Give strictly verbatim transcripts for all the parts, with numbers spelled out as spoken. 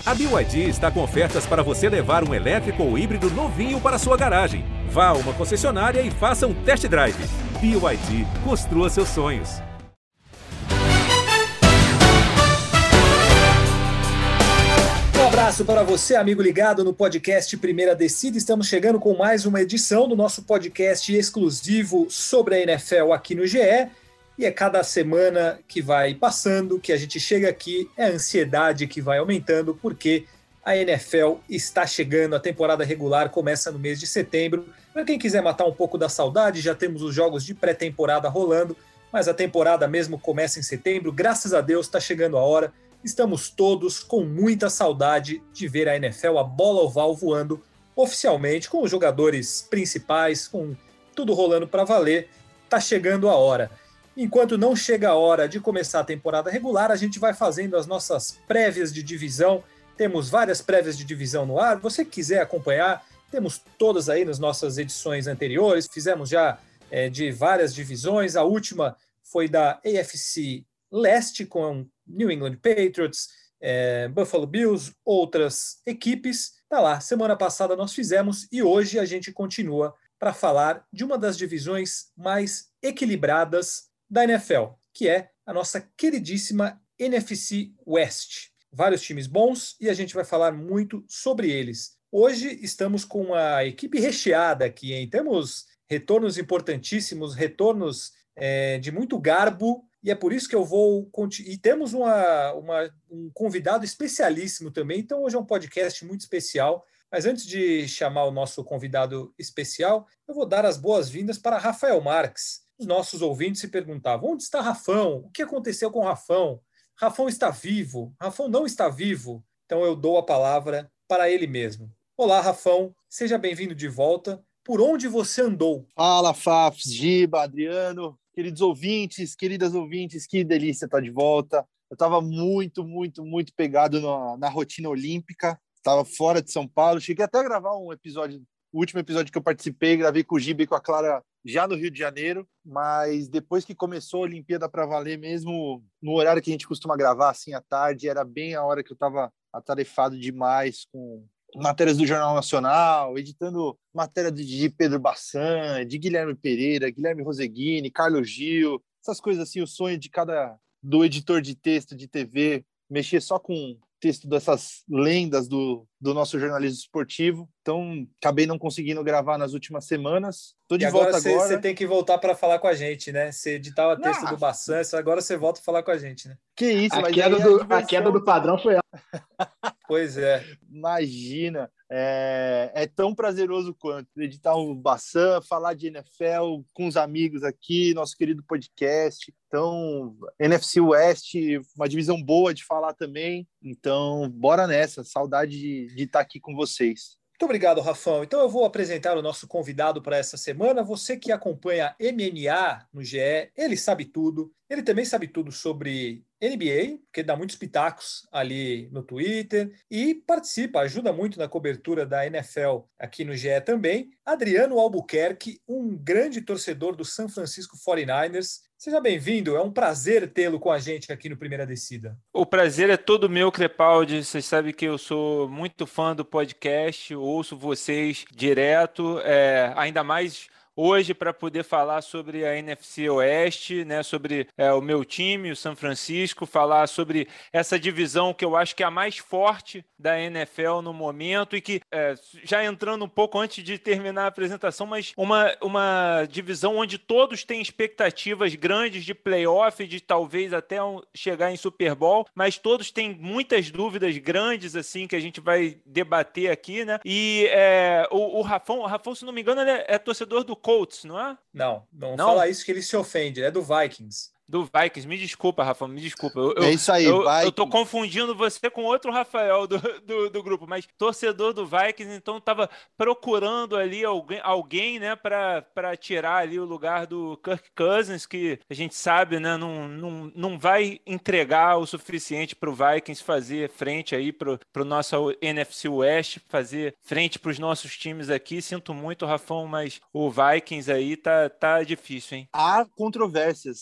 A B Y D está com ofertas para você levar um elétrico ou híbrido novinho para sua garagem. Vá a uma concessionária e faça um test drive. B Y D, construa seus sonhos. Um abraço para você, amigo ligado no podcast Primeira Descida. Estamos chegando com mais uma edição do nosso podcast exclusivo sobre a N F L aqui no G E. E é cada semana que vai passando, que a gente chega aqui, é a ansiedade que vai aumentando, porque a N F L está chegando, a temporada regular começa no mês de setembro. Para quem quiser matar um pouco da saudade, já temos os jogos de pré-temporada rolando, mas a temporada mesmo começa em setembro. Graças a Deus está chegando a hora. Estamos todos com muita saudade de ver a N F L, a bola oval voando oficialmente, com os jogadores principais, com tudo rolando para valer. Está chegando a hora. Enquanto não chega a hora de começar a temporada regular, a gente vai fazendo as nossas prévias de divisão. Temos várias prévias de divisão no ar. Você que quiser acompanhar, temos todas aí nas nossas edições anteriores. Fizemos já é, de várias divisões. A última foi da A F C Leste, com New England Patriots, é, Buffalo Bills, outras equipes. Tá lá, semana passada nós fizemos e hoje a gente continua para falar de uma das divisões mais equilibradas da N F L, que é a nossa queridíssima N F C West. Vários times bons e a gente vai falar muito sobre eles. Hoje estamos com uma equipe recheada aqui, hein? Temos retornos importantíssimos, retornos é, de muito garbo, e é por isso que eu vou... E temos uma, uma, um convidado especialíssimo também, então hoje é um podcast muito especial. Mas antes de chamar o nosso convidado especial, eu vou dar as boas-vindas para Rafael Marques. Os nossos ouvintes se perguntavam, onde está Rafão? O que aconteceu com o Rafão? Rafão está vivo? Rafão não está vivo? Então eu dou a palavra para ele mesmo. Olá, Rafão, seja bem-vindo de volta. Por onde você andou? Fala, Fafs, Giba, Adriano, queridos ouvintes, queridas ouvintes, que delícia estar de volta. Eu estava muito, muito, muito pegado na, na rotina olímpica, estava fora de São Paulo, cheguei até a gravar um episódio, o último episódio que eu participei, gravei com o Giba e com a Clara já no Rio de Janeiro, mas depois que começou a Olimpíada para valer mesmo, no horário que a gente costuma gravar, assim, à tarde, era bem a hora que eu estava atarefado demais com matérias do Jornal Nacional, editando matéria de Pedro Bassan, de Guilherme Pereira, Guilherme Roseguini, Carlos Gil, essas coisas assim, o sonho de cada, do editor de texto de T V, mexer só com texto dessas lendas do, do nosso jornalismo esportivo. Então, acabei não conseguindo gravar nas últimas semanas. Tô de e agora volta cê, agora. Você tem que voltar para falar com a gente, né? Você editava texto ah. do Bassan, agora você volta a falar com a gente, né? Que isso, a mas queda, aí do, a, a queda do padrão foi ela. Pois é. Imagina, é, é tão prazeroso quanto editar o Bassan, falar de N F L com os amigos aqui, nosso querido podcast. Então, N F C West, uma divisão boa de falar também. Então, bora nessa. Saudade de, de estar aqui com vocês. Muito obrigado, Rafão. Então eu vou apresentar o nosso convidado para essa semana. Você que acompanha M M A no G E, ele sabe tudo. Ele também sabe tudo sobre N B A, porque dá muitos pitacos ali no Twitter e participa, ajuda muito na cobertura da N F L aqui no G E também. Adriano Albuquerque, um grande torcedor do San Francisco forty-niners. Seja bem-vindo, é um prazer tê-lo com a gente aqui no Primeira Descida. O prazer é todo meu, Crepaldi. Vocês sabem que eu sou muito fã do podcast, ouço vocês direto, é, ainda mais hoje para poder falar sobre a N F C Oeste, né, sobre é, o meu time, o San Francisco, falar sobre essa divisão que eu acho que é a mais forte da N F L no momento e que, é, já entrando um pouco antes de terminar a apresentação, mas uma, uma divisão onde todos têm expectativas grandes de playoff, de talvez até um, chegar em Super Bowl, mas todos têm muitas dúvidas grandes assim que a gente vai debater aqui, né? E é, o, o Rafão, o Rafão, se não me engano, ele é, é torcedor do Colts, não é? Não, não, não fala isso que ele se ofende, é do Vikings. Do Vikings, me desculpa, Rafa, me desculpa. Eu, é isso aí, eu, eu tô confundindo você com outro Rafael do, do, do grupo, mas torcedor do Vikings, então tava procurando ali alguém, alguém né, para tirar ali o lugar do Kirk Cousins, que a gente sabe, né, não, não, não vai entregar o suficiente para o Vikings fazer frente aí pro, pro nosso N F C West, fazer frente para os nossos times aqui. Sinto muito, Rafão, mas o Vikings aí tá, tá difícil, hein? Há controvérsias.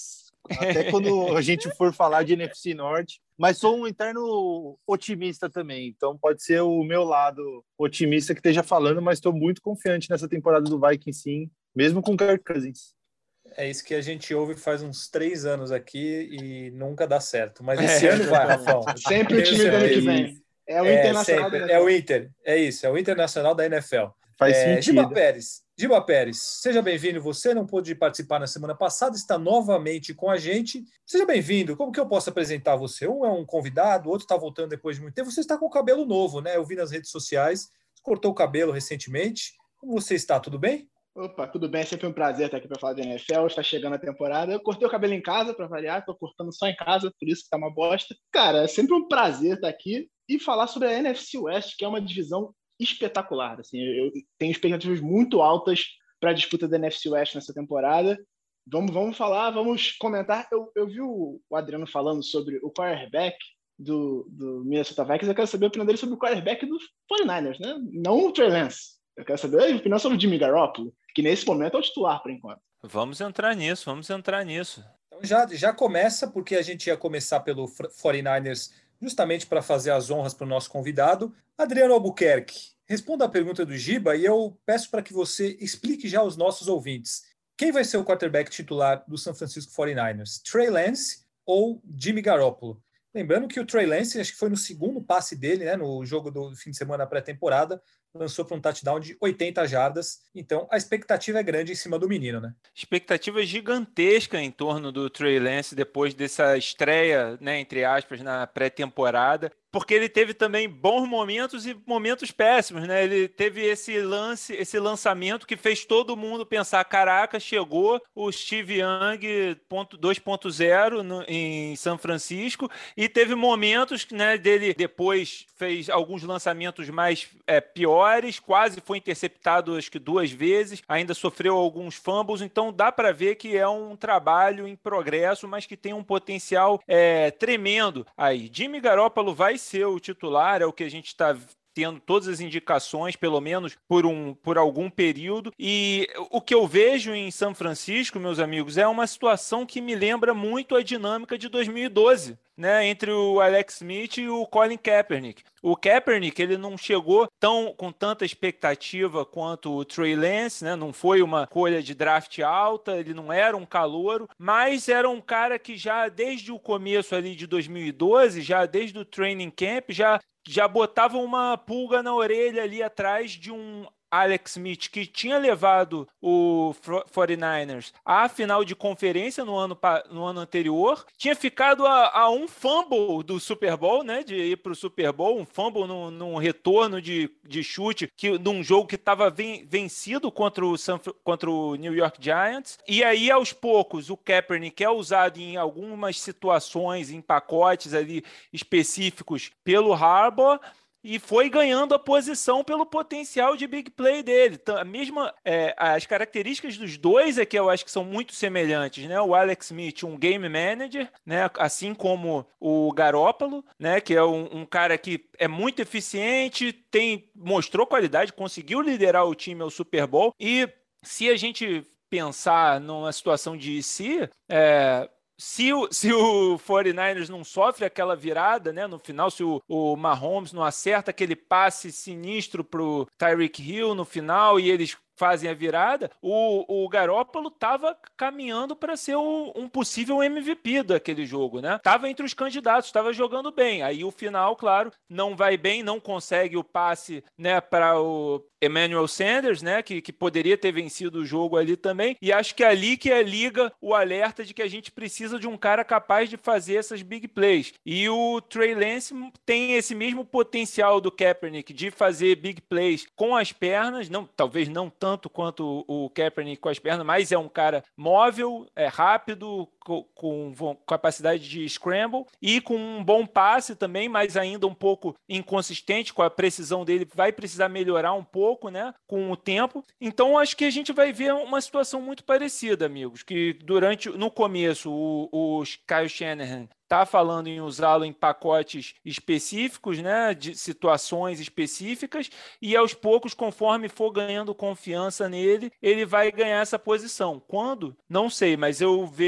até quando a gente for falar de N F C Norte. Mas sou um interno otimista também, então pode ser o meu lado otimista que esteja falando, mas estou muito confiante nessa temporada do Vikings, sim, mesmo com o Kirk Cousins. É isso que a gente ouve faz uns três anos aqui e nunca dá certo. Mas esse é, ano vai, Rafão. Sempre o time do ano que vem. É o é, Internacional sempre, da N F L. É o Inter, é isso, é o Internacional da N F L. Faz é, sentido. Giba Pérez, Giba Pérez, seja bem-vindo. Você não pôde participar na semana passada, está novamente com a gente. Seja bem-vindo. Como que eu posso apresentar você? Um é um convidado, o outro está voltando depois de muito tempo. Você está com o cabelo novo, né? Eu vi nas redes sociais, cortou o cabelo recentemente. Como você está? Tudo bem? Opa, tudo bem? É sempre um prazer estar aqui para falar de N F L. Está chegando a temporada. Eu cortei o cabelo em casa para variar, estou cortando só em casa, por isso que tá uma bosta. Cara, é sempre um prazer estar aqui e falar sobre a N F C West, que é uma divisão espetacular. Assim, eu tenho expectativas muito altas para a disputa da N F C West nessa temporada. Vamos, vamos falar, vamos comentar. Eu, eu vi o Adriano falando sobre o quarterback do, do Minnesota Vikings. Eu quero saber a opinião dele sobre o quarterback do forty-niners, né? Não o Trey Lance. Eu quero saber a opinião sobre o Jimmy Garoppolo, que nesse momento é o titular por enquanto. Vamos entrar nisso, vamos entrar nisso. Então já, já começa, porque a gente ia começar pelo forty-niners justamente para fazer as honras para o nosso convidado. Adriano Albuquerque, responda a pergunta do Giba e eu peço para que você explique já aos nossos ouvintes. Quem vai ser o quarterback titular do San Francisco forty-niners? Trey Lance ou Jimmy Garoppolo? Lembrando que o Trey Lance, acho que foi no segundo passe dele, né, no jogo do fim de semana pré-temporada, lançou para um touchdown de oitenta jardas. Então, a expectativa é grande em cima do menino, né? Expectativa gigantesca em torno do Trey Lance depois dessa estreia, né, entre aspas, na pré-temporada. Porque ele teve também bons momentos e momentos péssimos, né? Ele teve esse lance, esse lançamento que fez todo mundo pensar, caraca, chegou o Steve Young dois ponto zero no, em São Francisco, e teve momentos, né, dele depois fez alguns lançamentos mais é, piores, quase foi interceptado acho que duas vezes, ainda sofreu alguns fumbles, então dá para ver que é um trabalho em progresso, mas que tem um potencial é, tremendo aí. Jimmy Garoppolo vai ser o titular, é o que a gente está tendo todas as indicações, pelo menos por, um, por algum período, e o que eu vejo em São Francisco, meus amigos, é uma situação que me lembra muito a dinâmica de dois mil e doze, né, entre o Alex Smith e o Colin Kaepernick. O Kaepernick, ele não chegou tão, com tanta expectativa quanto o Trey Lance, né, não foi uma escolha de draft alta, ele não era um calouro, mas era um cara que já desde o começo ali de dois mil e doze, já desde o training camp, já já botava uma pulga na orelha ali atrás de um Alex Smith, que tinha levado o forty-niners à final de conferência no ano, no ano anterior, tinha ficado a, a um fumble do Super Bowl, né, de ir para o Super Bowl, um fumble num, num retorno de, de chute, que, num jogo que estava ven, vencido contra o, contra o New York Giants, e aí aos poucos o Kaepernick é usado em algumas situações, em pacotes ali específicos pelo Harbaugh, e foi ganhando a posição pelo potencial de big play dele. Então, a mesma, é, as características dos dois é que eu acho que são muito semelhantes, né? O Alex Smith, um game manager, né? Assim como o Garoppolo, né? Que é um, um cara que é muito eficiente, tem, mostrou qualidade, conseguiu liderar o time ao Super Bowl. E se a gente pensar numa situação de si, é, Se o, se o forty-niners não sofre aquela virada, né, no final, se o, o Mahomes não acerta aquele passe sinistro para o Tyreek Hill no final e eles fazem a virada, o, o Garoppolo estava caminhando para ser o, um possível M V P daquele jogo, né? Estava entre os candidatos, estava jogando bem. Aí o final, claro, não vai bem, não consegue o passe, né, para o Emmanuel Sanders, né, que, que poderia ter vencido o jogo ali também. E acho que é ali que é, liga o alerta de que a gente precisa de um cara capaz de fazer essas big plays. E o Trey Lance tem esse mesmo potencial do Kaepernick de fazer big plays com as pernas, não, talvez não tanto tanto quanto o Kaepernick com as pernas, mas é um cara móvel, é rápido, com, com capacidade de scramble e com um bom passe também, mas ainda um pouco inconsistente, com a precisão dele vai precisar melhorar um pouco, né, com o tempo. Então acho que a gente vai ver uma situação muito parecida, amigos, que durante, no começo o, o Kyle Shanahan está falando em usá-lo em pacotes específicos, né, de situações específicas, e aos poucos, conforme for ganhando confiança nele, ele vai ganhar essa posição. Quando? Não sei, mas eu vejo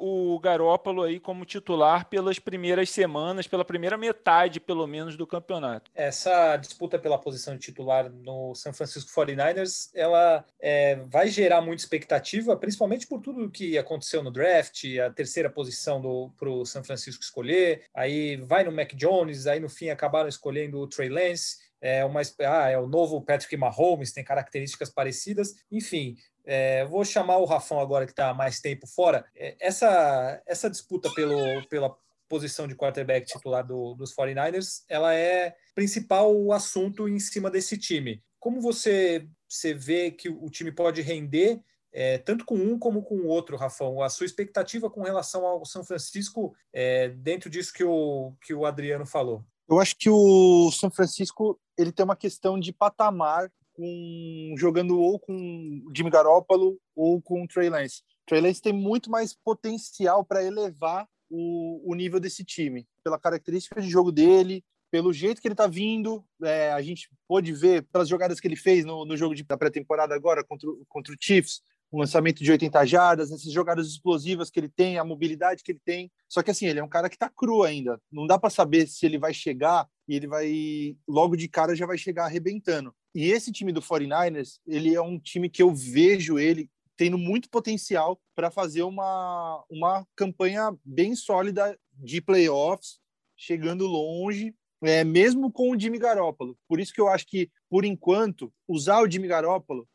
o Garoppolo aí como titular pelas primeiras semanas, pela primeira metade, pelo menos, do campeonato. Essa disputa pela posição de titular no San Francisco forty-niners, ela é, vai gerar muita expectativa, principalmente por tudo que aconteceu no draft, a terceira posição para o San Francisco escolher, aí vai no Mac Jones, aí no fim acabaram escolhendo o Trey Lance, é, uma, ah, é o novo Patrick Mahomes, tem características parecidas, enfim. É, vou chamar o Rafão agora que está há mais tempo fora. É, essa, essa disputa pelo, pela posição de quarterback titular do, dos forty-niners, ela é principal assunto em cima desse time. Como você, você vê que o time pode render é, tanto com um como com o outro, Rafão? A sua expectativa com relação ao São Francisco é, dentro disso que o, que o Adriano falou? Eu acho que o São Francisco ele tem uma questão de patamar com, jogando ou com o Jimmy Garoppolo ou com o Trey Lance. O Trey Lance tem muito mais potencial para elevar o, o nível desse time, pela característica de jogo dele, pelo jeito que ele está vindo. É, a gente pôde ver pelas jogadas que ele fez no, no jogo de, da pré-temporada agora contra, contra o Chiefs, um lançamento de oitenta jardas, essas jogadas explosivas que ele tem, a mobilidade que ele tem. Só que assim, ele é um cara que está cru ainda. Não dá para saber se ele vai chegar e ele vai, logo de cara, já vai chegar arrebentando. E esse time do forty-niners, ele é um time que eu vejo ele tendo muito potencial para fazer uma, uma campanha bem sólida de playoffs, chegando longe, é, mesmo com o Jimmy Garoppolo. Por isso que eu acho que, por enquanto, usar o Jimmy Garoppolo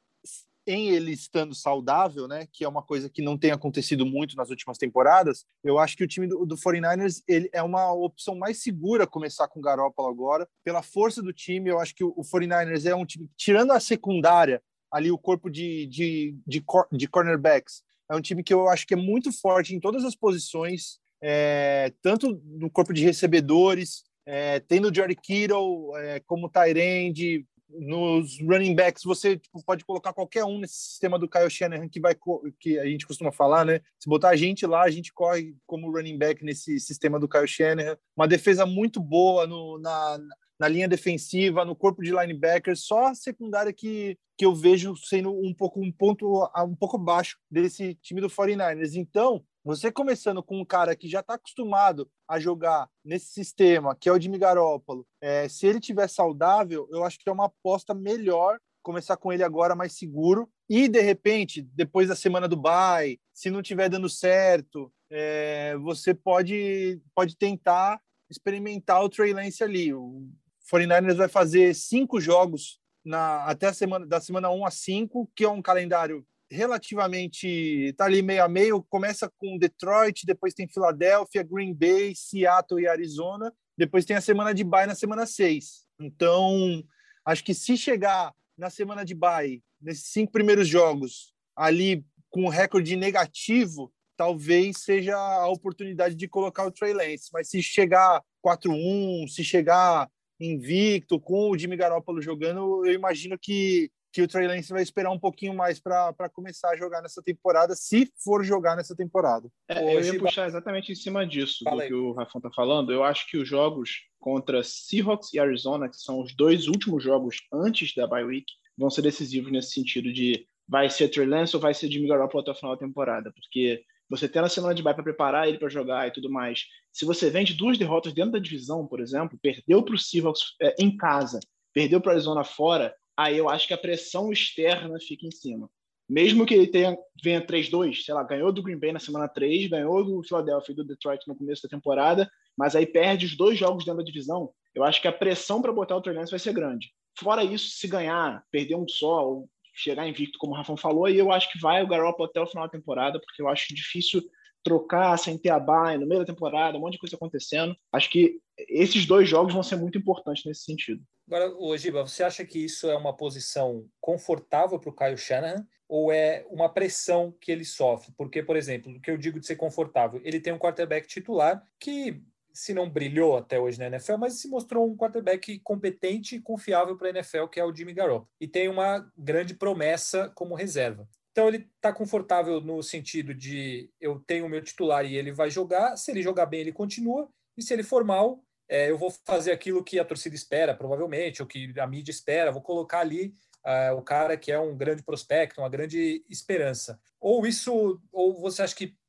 em ele estando saudável, né, que é uma coisa que não tem acontecido muito nas últimas temporadas, eu acho que o time do, do forty-niners ele é uma opção mais segura começar com o Garoppolo agora, pela força do time. Eu acho que o, o forty-niners é um time, tirando a secundária, ali o corpo de, de, de, de cornerbacks, é um time que eu acho que é muito forte em todas as posições, é, tanto no corpo de recebedores, é, tem no George Kittle é, como tight end. Nos running backs, você tipo, pode colocar qualquer um nesse sistema do Kyle Shanahan que, vai, que a gente costuma falar, né? Se botar a gente lá, a gente corre como running back nesse sistema do Kyle Shanahan. Uma defesa muito boa no, na, na linha defensiva, no corpo de linebackers, só a secundária que, que eu vejo sendo um pouco um ponto um pouco abaixo desse time do forty-niners. Então, você começando com um cara que já está acostumado a jogar nesse sistema, que é o Jimmy Garoppolo, é, se ele estiver saudável, eu acho que é uma aposta melhor começar com ele agora mais seguro e, de repente, depois da semana do bye, se não estiver dando certo, é, você pode, pode tentar experimentar o Trey Lance ali. O forty-niners vai fazer cinco jogos na, até a semana, da semana um a cinco, que é um calendário relativamente, tá ali meio a meio, começa com Detroit, depois tem Filadélfia, Green Bay, Seattle e Arizona, depois tem a semana de bye na semana seis. Então, acho que se chegar na semana de bye, nesses cinco primeiros jogos, ali com um recorde negativo, talvez seja a oportunidade de colocar o Trey Lance, mas se chegar quatro a um, se chegar invicto, com o Jimmy Garoppolo jogando, eu imagino que que o Trey Lance vai esperar um pouquinho mais para começar a jogar nessa temporada, se for jogar nessa temporada. É, eu ia puxar exatamente em cima disso, Fala do aí. que o Rafão está falando. Eu acho que os jogos contra Seahawks e Arizona, que são os dois últimos jogos antes da bye week, vão ser decisivos nesse sentido de vai ser Trey Lance ou vai ser Jimmy Garoppolo até o final da temporada, porque você tem a semana de bye para preparar ele para jogar e tudo mais. Se você vem de duas derrotas dentro da divisão, por exemplo, perdeu para o Seahawks é, em casa, perdeu para o Arizona fora, aí eu acho que a pressão externa fica em cima. Mesmo que ele tenha, venha três a dois, sei lá, ganhou do Green Bay na semana três, ganhou do Philadelphia e do Detroit no começo da temporada, mas aí perde os dois jogos dentro da divisão, eu acho que a pressão para botar o Trey Lance vai ser grande. Fora isso, se ganhar, perder um só, ou chegar invicto, como o Rafão falou, aí eu acho que vai o Garoppolo até o final da temporada, porque eu acho difícil trocar sem ter a bye no meio da temporada, um monte de coisa acontecendo. Acho que esses dois jogos vão ser muito importantes nesse sentido. Agora, Giba, você acha que isso é uma posição confortável para o Kyle Shanahan ou é uma pressão que ele sofre? Porque, por exemplo, o que eu digo de ser confortável, ele tem um quarterback titular que, se não brilhou até hoje na N F L, mas se mostrou um quarterback competente e confiável para a N F L, que é o Jimmy Garoppolo. E tem uma grande promessa como reserva. Então ele está confortável no sentido de eu tenho o meu titular e ele vai jogar, se ele jogar bem ele continua, e se ele for mal, é, eu vou fazer aquilo que a torcida espera, provavelmente, ou que a mídia espera, vou colocar ali uh, o cara que é um grande prospecto, uma grande esperança. Ou isso, ou você acha que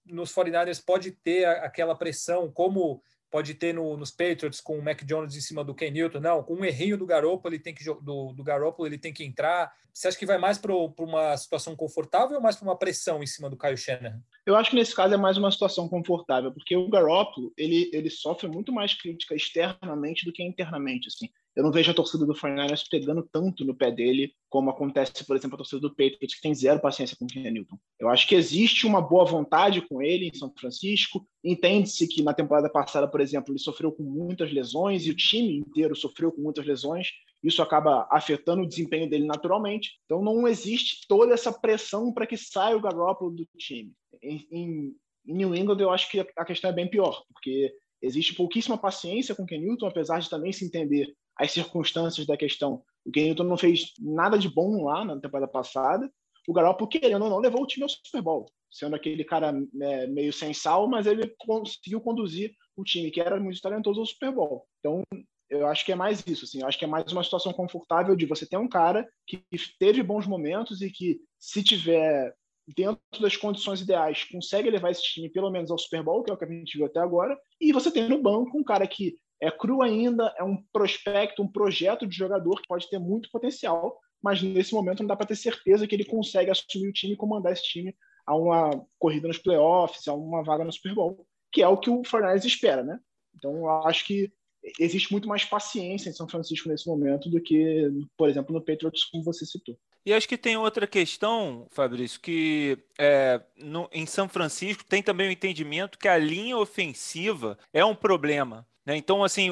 nos quarenta e nine ers pode ter aquela pressão, como pode ter no, nos Patriots com o Mac Jones em cima do Ken Newton? Não, com um errinho do Garoppolo, ele tem que, do, do Garoppolo, ele tem que entrar. Você acha que vai mais para uma situação confortável ou mais para uma pressão em cima do Kyle Shanahan? Eu acho que nesse caso é mais uma situação confortável, porque o Garoppolo, ele, ele sofre muito mais crítica externamente do que internamente, assim. Eu não vejo a torcida do quarenta e nine ers pegando tanto no pé dele como acontece, por exemplo, a torcida do Patriots, que tem zero paciência com o Ken Newton. Eu acho que existe uma boa vontade com ele em São Francisco. Entende-se que na temporada passada, por exemplo, ele sofreu com muitas lesões e o time inteiro sofreu com muitas lesões. Isso acaba afetando o desempenho dele naturalmente. Então não existe toda essa pressão para que saia o Garoppolo do time. Em, em, em New England, eu acho que a questão é bem pior, porque existe pouquíssima paciência com o Ken Newton, apesar de também se entender as circunstâncias da questão. O Ken Newton não fez nada de bom lá na temporada passada. O Garoppolo, querendo ou não, levou o time ao Super Bowl, sendo aquele cara é, meio sem sal, mas ele conseguiu conduzir o time, que era muito talentoso, ao Super Bowl. Então, eu acho que é mais isso. Assim, eu acho que é mais uma situação confortável de você ter um cara que teve bons momentos e que, se tiver dentro das condições ideais, consegue levar esse time pelo menos ao Super Bowl, que é o que a gente viu até agora, e você tem no banco um cara que é cru ainda, é um prospecto, um projeto de jogador que pode ter muito potencial, mas nesse momento não dá para ter certeza que ele consegue assumir o time e comandar esse time a uma corrida nos playoffs, a uma vaga no Super Bowl, que é o que o quarenta e nine ers espera, né? Então eu acho que existe muito mais paciência em São Francisco nesse momento do que, por exemplo, no Patriots, como você citou. E acho que tem outra questão, Fabrício, que é, no, em São Francisco tem também o entendimento que a linha ofensiva é um problema, né? Então, assim, o,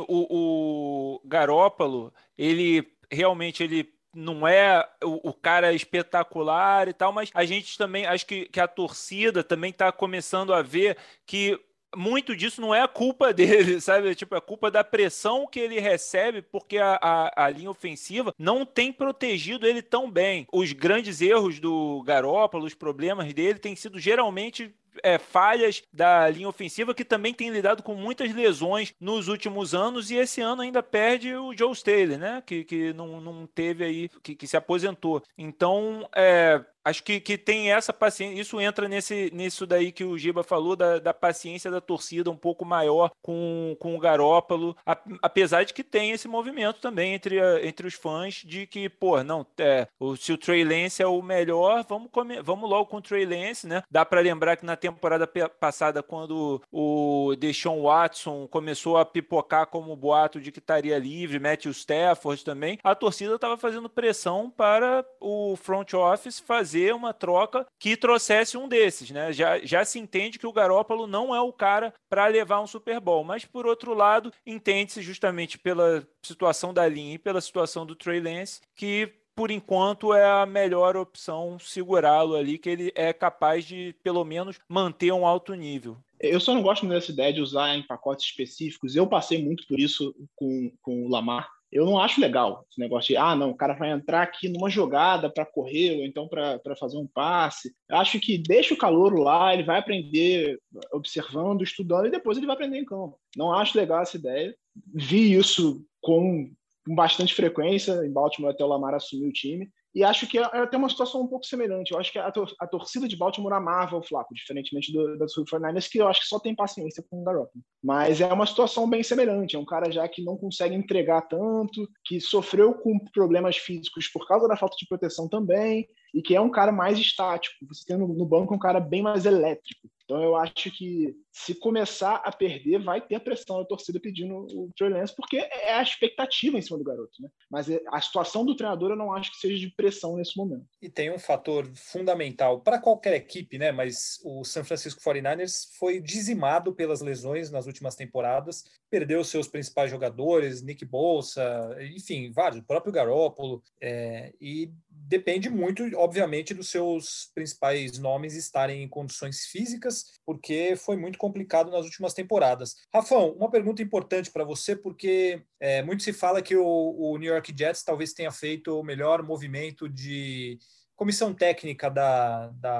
o Garoppolo, ele realmente ele não é o, o cara espetacular e tal, mas a gente também, acho que, que a torcida também está começando a ver que muito disso não é a culpa dele, sabe? Tipo, é a culpa da pressão que ele recebe, porque a, a, a linha ofensiva não tem protegido ele tão bem. Os grandes erros do Garoppolo, os problemas dele, têm sido geralmente É, falhas da linha ofensiva, que também tem lidado com muitas lesões nos últimos anos, e esse ano ainda perde o Joe Staley, né? Que, que não, não teve aí, que, que se aposentou. Então, é, acho que, que tem essa paciência, isso entra nesse, nisso daí que o Giba falou, da, da paciência da torcida um pouco maior com, com o Garoppolo, a, apesar de que tem esse movimento também entre, a, entre os fãs de que, pô, não, é, o, se o Trey Lance é o melhor, vamos, comer, vamos logo com o Trey Lance, né? Dá para lembrar que na temporada passada, quando o Deshaun Watson começou a pipocar como boato de que estaria livre, Matthew Stafford também, a torcida estava fazendo pressão para o front office fazer uma troca que trouxesse um desses, né? Já, já se entende que o Garoppolo não é o cara para levar um Super Bowl, mas por outro lado, entende-se justamente pela situação da linha e pela situação do Trey Lance que por enquanto é a melhor opção segurá-lo ali, que ele é capaz de, pelo menos, manter um alto nível. Eu só não gosto dessa ideia de usar em pacotes específicos. Eu passei muito por isso com, com o Lamar. Eu não acho legal esse negócio de, ah, não, o cara vai entrar aqui numa jogada para correr ou então para fazer um passe. Eu acho que deixa o calouro lá, ele vai aprender observando, estudando, e depois ele vai aprender em campo. Não acho legal essa ideia. Vi isso com com bastante frequência em Baltimore até o Lamar assumir o time, e acho que é, é até uma situação um pouco semelhante. Eu acho que a, tor a torcida de Baltimore amava o Flaco, diferentemente do, do quarenta e nine ers, que eu acho que só tem paciência com o Garoppolo. Mas é uma situação bem semelhante, é um cara já que não consegue entregar tanto, que sofreu com problemas físicos por causa da falta de proteção também, e que é um cara mais estático. Você tem no, no banco um cara bem mais elétrico. Então eu acho que se começar a perder, vai ter a pressão da torcida pedindo o Trey Lance, porque é a expectativa em cima do garoto, né? Mas a situação do treinador eu não acho que seja de pressão nesse momento. E tem um fator fundamental para qualquer equipe, né? Mas o San Francisco quarenta e nine ers foi dizimado pelas lesões nas últimas temporadas, perdeu seus principais jogadores, Nick Bosa, enfim, vários, o próprio Garoppolo, é, e depende muito, obviamente, dos seus principais nomes estarem em condições físicas, porque foi muito complicado nas últimas temporadas. Rafão, uma pergunta importante para você, porque é, muito se fala que o, o New York Jets talvez tenha feito o melhor movimento de comissão técnica da, da,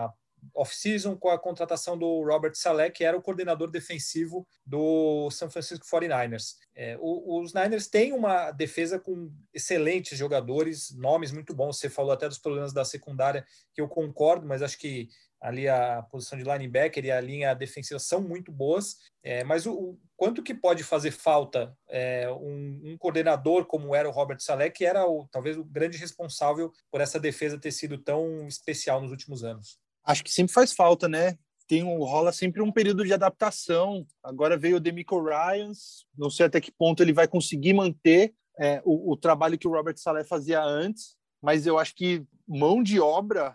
off-season com a contratação do Robert Saleh, que era o coordenador defensivo do San Francisco forty-niners. É, o, os Niners têm uma defesa com excelentes jogadores, nomes muito bons. Você falou até dos problemas da secundária, que eu concordo, mas acho que ali a posição de linebacker e a linha defensiva são muito boas, é, mas o, o quanto que pode fazer falta é, um, um coordenador como era o Robert Saleh, que era o, talvez o grande responsável por essa defesa ter sido tão especial nos últimos anos? Acho que sempre faz falta, né? Tem um, rola sempre um período de adaptação. Agora veio o DeMeco Ryans, não sei até que ponto ele vai conseguir manter é, o, o trabalho que o Robert Saleh fazia antes, mas eu acho que mão de obra,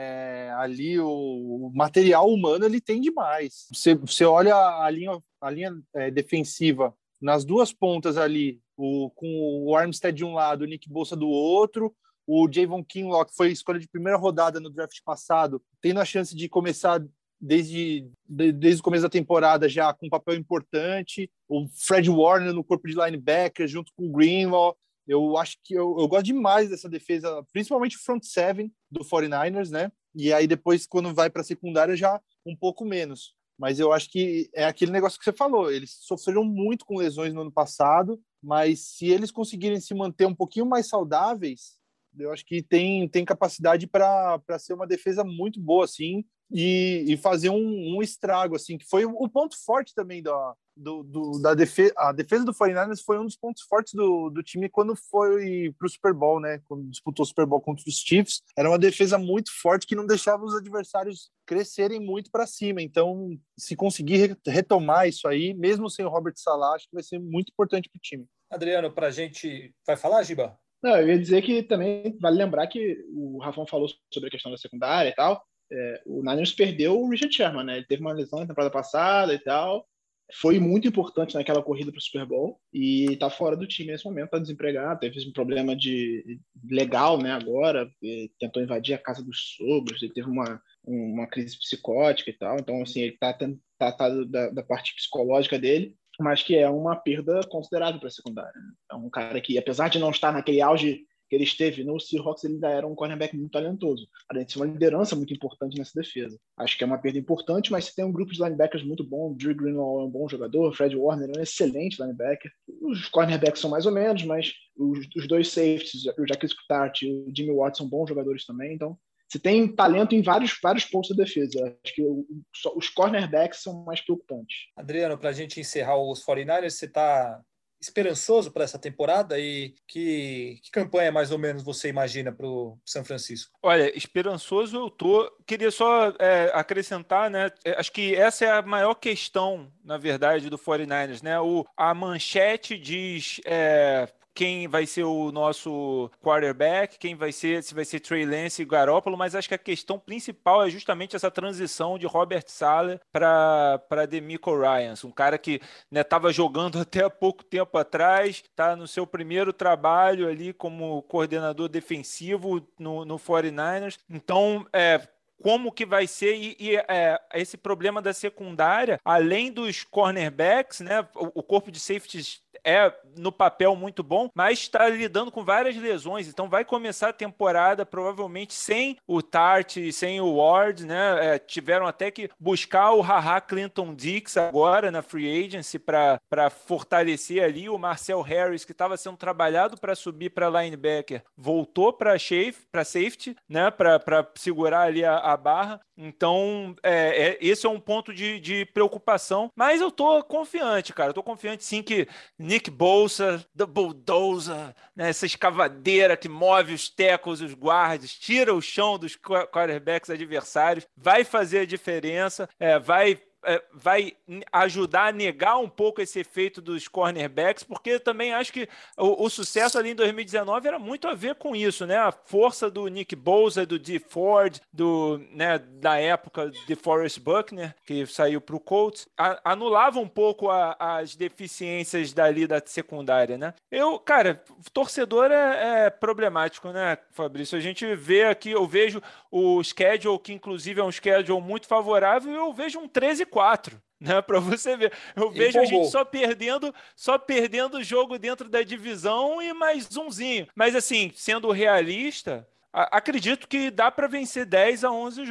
É, ali o, o material humano ele tem demais. Você, você olha a linha, a linha é, defensiva nas duas pontas ali, o, com o Armstead de um lado, o Nick Bosa do outro, o Javon Kinlaw, que foi escolha de primeira rodada no draft passado, tendo a chance de começar desde, de, desde o começo da temporada já com um papel importante, o Fred Warner no corpo de linebacker junto com o Greenlaw. Eu acho que eu, eu gosto demais dessa defesa, principalmente o front seven do forty-niners, né? E aí depois, quando vai para a secundária, já um pouco menos. Mas eu acho que é aquele negócio que você falou. Eles sofreram muito com lesões no ano passado, mas se eles conseguirem se manter um pouquinho mais saudáveis, eu acho que tem, tem capacidade para ser uma defesa muito boa, assim, e, e fazer um, um estrago, assim, que foi o ponto forte também da, do, do, da defesa. A defesa do forty-niners foi um dos pontos fortes do, do time quando foi para o Super Bowl, né? Quando disputou o Super Bowl contra os Chiefs. Era uma defesa muito forte que não deixava os adversários crescerem muito para cima. Então, se conseguir retomar isso aí, mesmo sem o Robert Saleh, acho que vai ser muito importante para o time. Adriano, para a gente... Vai falar, Giba? Não, eu ia dizer que também vale lembrar que o Rafão falou sobre a questão da secundária e tal. É, o Niners perdeu o Richard Sherman, né? Ele teve uma lesão na temporada passada e tal. Foi muito importante naquela corrida para o Super Bowl e tá fora do time nesse momento, tá desempregado. Teve um problema de legal, né? Agora tentou invadir a casa dos sogros, ele teve uma, uma crise psicótica e tal. Então, assim, ele tá tratado da, da parte psicológica dele, mas que é uma perda considerável para a secundária. É um cara que, apesar de não estar naquele auge que ele esteve no Seahawks, ele ainda era um cornerback muito talentoso, além de ser uma liderança muito importante nessa defesa. Acho que é uma perda importante, mas se tem um grupo de linebackers muito bom, o Drew Greenlaw é um bom jogador, o Fred Warner é um excelente linebacker, os cornerbacks são mais ou menos, mas os, os dois safeties, o Jaquez Tart e o Jimmy Watts são bons jogadores também, então você tem talento em vários, vários pontos da defesa. Acho que o, só, os cornerbacks são mais preocupantes. Adriano, para a gente encerrar os forty-niners, você está esperançoso para essa temporada e que, que campanha mais ou menos você imagina para o São Francisco? Olha, esperançoso eu tô. Queria só é, acrescentar, né? Acho que essa é a maior questão, na verdade, do forty-niners, né? O, a manchete diz é, quem vai ser o nosso quarterback, quem vai ser, se vai ser Trey Lance e Garoppolo, mas acho que a questão principal é justamente essa transição de Robert Saleh para DeMeco Ryans, um cara que estava, né, jogando até há pouco tempo atrás, está no seu primeiro trabalho ali como coordenador defensivo no, no forty-niners. Então, é, como que vai ser, e, e é, esse problema da secundária, além dos cornerbacks, né, o, o corpo de safeties é no papel muito bom, mas está lidando com várias lesões, então vai começar a temporada provavelmente sem o Tart e sem o Ward, né? É, tiveram até que buscar o Haha Clinton Dix agora na free agency para fortalecer ali. O Marcel Harris, que estava sendo trabalhado para subir para linebacker, voltou para safety, né? Para segurar ali a, a barra. Então, é, é, esse é um ponto de, de preocupação, mas eu tô confiante, cara. Eu tô confiante sim que Nick Bosa, The Bulldozer, né, essa escavadeira que move os tackles, os guards, tira o chão dos quarterbacks adversários, vai fazer a diferença, é, vai vai ajudar a negar um pouco esse efeito dos cornerbacks, porque eu também acho que o, o sucesso ali em dois mil e dezenove era muito a ver com isso, né? A força do Nick Bosa, do Dee Ford, do, né, da época de Forrest Buckner, que saiu para o Colts, a, anulava um pouco a, as deficiências dali da secundária, né? Eu, cara, torcedor é, é problemático, né, Fabrício? A gente vê aqui, eu vejo o schedule, que inclusive é um schedule muito favorável, e eu vejo um treze quatro, né, para você ver. Eu vejo a gente só perdendo, só perdendo o jogo dentro da divisão e mais umzinho. Mas assim, sendo realista, a, acredito que dá para vencer dez a onze jogos.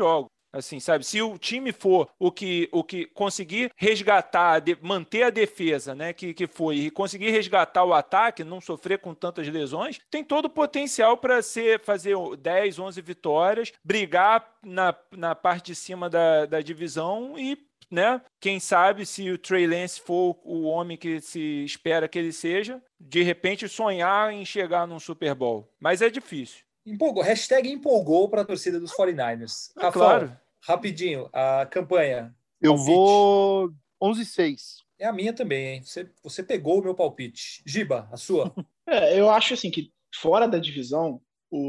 Assim, sabe? Se o time for o que, o que conseguir resgatar, de, manter a defesa, né, que, que foi, e conseguir resgatar o ataque, não sofrer com tantas lesões, tem todo o potencial para ser fazer dez, onze vitórias, brigar na, na parte de cima da, da divisão e, né, quem sabe, se o Trey Lance for o homem que se espera que ele seja, de repente sonhar em chegar num Super Bowl. Mas é difícil. Empolgou, hashtag empolgou para a torcida dos quarenta e ners. É Rafael, claro. Rapidinho, a campanha. Eu palpite. vou onze a seis. É a minha também, hein? Você, você pegou o meu palpite. Giba, a sua? É, eu acho assim que fora da divisão,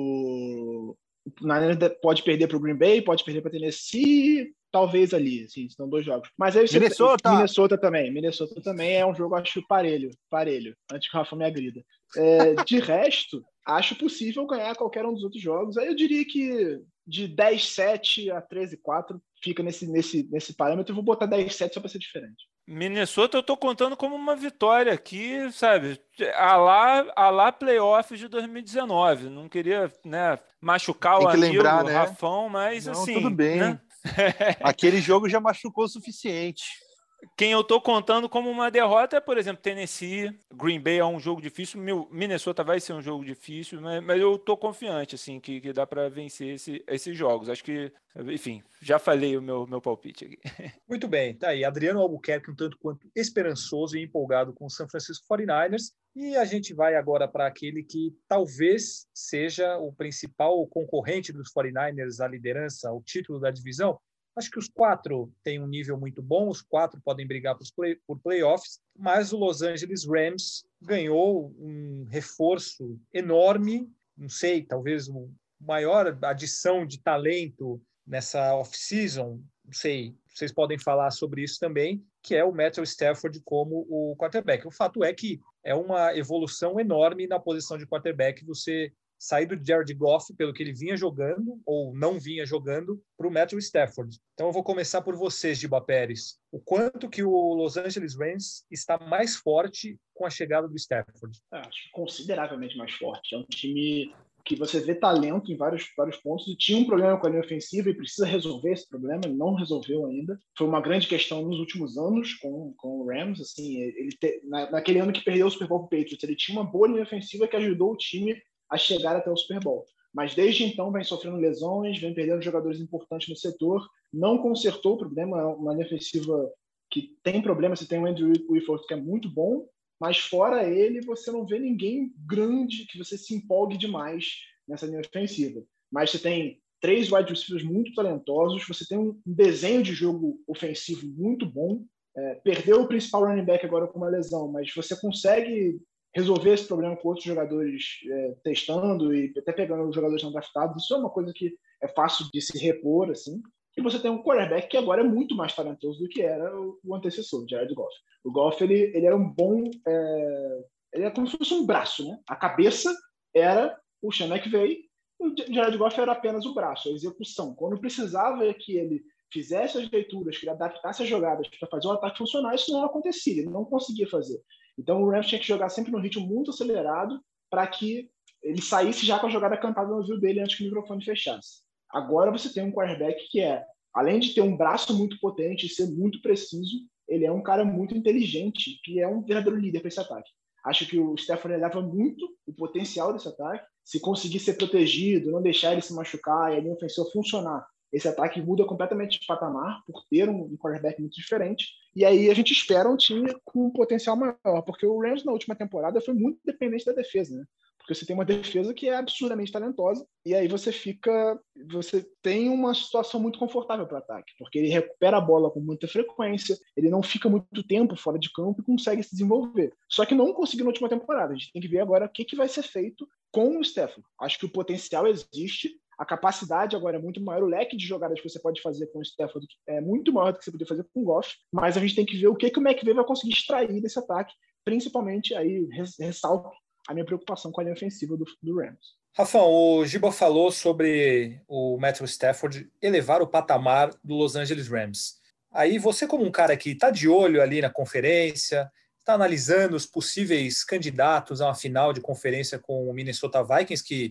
o Niners pode perder para o Green Bay, pode perder para Tennessee, talvez ali, assim, são dois jogos. Mas aí você Minnesota. Minnesota também, Minnesota também é um jogo, acho, parelho, parelho, antes que o Rafa me agrida. É, de resto, acho possível ganhar qualquer um dos outros jogos. Aí eu diria que de dez a sete a treze a quatro fica nesse, nesse, nesse parâmetro. Eu vou botar dez a sete só para ser diferente. Minnesota eu tô contando como uma vitória aqui, sabe? A lá, a lá playoffs de dois mil e dezenove. Não queria, né, machucar Tem o que amigo, lembrar, o né? Rafão, mas Não, assim... tudo bem. Né? Aquele jogo já machucou o suficiente. Quem eu tô contando como uma derrota é, por exemplo, Tennessee. Green Bay é um jogo difícil. Minnesota vai ser um jogo difícil, mas, mas eu tô confiante, assim, que, que dá para vencer esse, esses jogos. Acho que, enfim, já falei o meu, meu palpite aqui. Muito bem, tá aí. Adriano Albuquerque, um tanto quanto esperançoso e empolgado com o San Francisco quarenta e ners. E a gente vai agora para aquele que talvez seja o principal concorrente dos quarenta e ners à liderança, ao título da divisão. Acho que os quatro têm um nível muito bom, os quatro podem brigar por, play, por playoffs, mas o Los Angeles Rams ganhou um reforço enorme, não sei, talvez uma maior adição de talento nessa off-season, não sei, vocês podem falar sobre isso também, que é o Matthew Stafford como o quarterback. O fato é que é uma evolução enorme na posição de quarterback, você sair do Jared Goff, pelo que ele vinha jogando, ou não vinha jogando, para o Matthew Stafford. Então eu vou começar por vocês, Giba Pérez. O quanto que o Los Angeles Rams está mais forte com a chegada do Stafford? Acho consideravelmente mais forte. É um time que você vê talento em vários, vários pontos e tinha um problema com a linha ofensiva e precisa resolver esse problema, não resolveu ainda. Foi uma grande questão nos últimos anos com, com o Rams. Assim, ele te, na, naquele ano que perdeu o Super Bowl pro Patriots, ele tinha uma boa linha ofensiva que ajudou o time a chegar até o Super Bowl. Mas desde então vem sofrendo lesões, vem perdendo jogadores importantes no setor, não consertou o problema, é uma linha ofensiva que tem problema, você tem o Andrew Whitworth, que é muito bom, mas fora ele você não vê ninguém grande que você se empolgue demais nessa linha ofensiva. Mas você tem três wide receivers muito talentosos, você tem um desenho de jogo ofensivo muito bom, é, perdeu o principal running back agora com uma lesão, mas você consegue resolver esse problema com outros jogadores é, testando e até pegando os jogadores não draftados. Isso é uma coisa que é fácil de se repor, assim. E você tem um quarterback que agora é muito mais talentoso do que era o, o antecessor, o Jared Goff. O Goff, ele, ele era um bom... É, ele era como se fosse um braço, né? A cabeça era o Sean McVay, o Jared Goff era apenas o braço, a execução. Quando precisava que ele fizesse as leituras, que ele adaptasse as jogadas para fazer o ataque funcionar, isso não acontecia, ele não conseguia fazer. Então o Rams tinha que jogar sempre num ritmo muito acelerado para que ele saísse já com a jogada cantada no ouvido dele antes que o microfone fechasse. Agora você tem um quarterback que é, além de ter um braço muito potente e ser muito preciso, ele é um cara muito inteligente, que é um verdadeiro líder para esse ataque. Acho que o Stafford eleva muito o potencial desse ataque. Se conseguir ser protegido, não deixar ele se machucar e a linha ofensiva funcionar, esse ataque muda completamente de patamar por ter um quarterback muito diferente. E aí a gente espera um time com um potencial maior, porque o Rams na última temporada foi muito dependente da defesa, né? Porque você tem uma defesa que é absurdamente talentosa e aí você fica, você tem uma situação muito confortável para o ataque, porque ele recupera a bola com muita frequência, ele não fica muito tempo fora de campo e consegue se desenvolver. Só que não conseguiu na última temporada. A gente tem que ver agora o que, que vai ser feito com o Stafford. Acho que o potencial existe. A capacidade agora é muito maior, o leque de jogadas que você pode fazer com o Stafford é muito maior do que você poderia fazer com o Goff, mas a gente tem que ver o que, que o McVay vai conseguir extrair desse ataque, principalmente aí ressalto a minha preocupação com a linha ofensiva do, do Rams. Rafão, o Giba falou sobre o Matthew Stafford elevar o patamar do Los Angeles Rams. Aí você, como um cara que está de olho ali na conferência, está analisando os possíveis candidatos a uma final de conferência com o Minnesota Vikings, que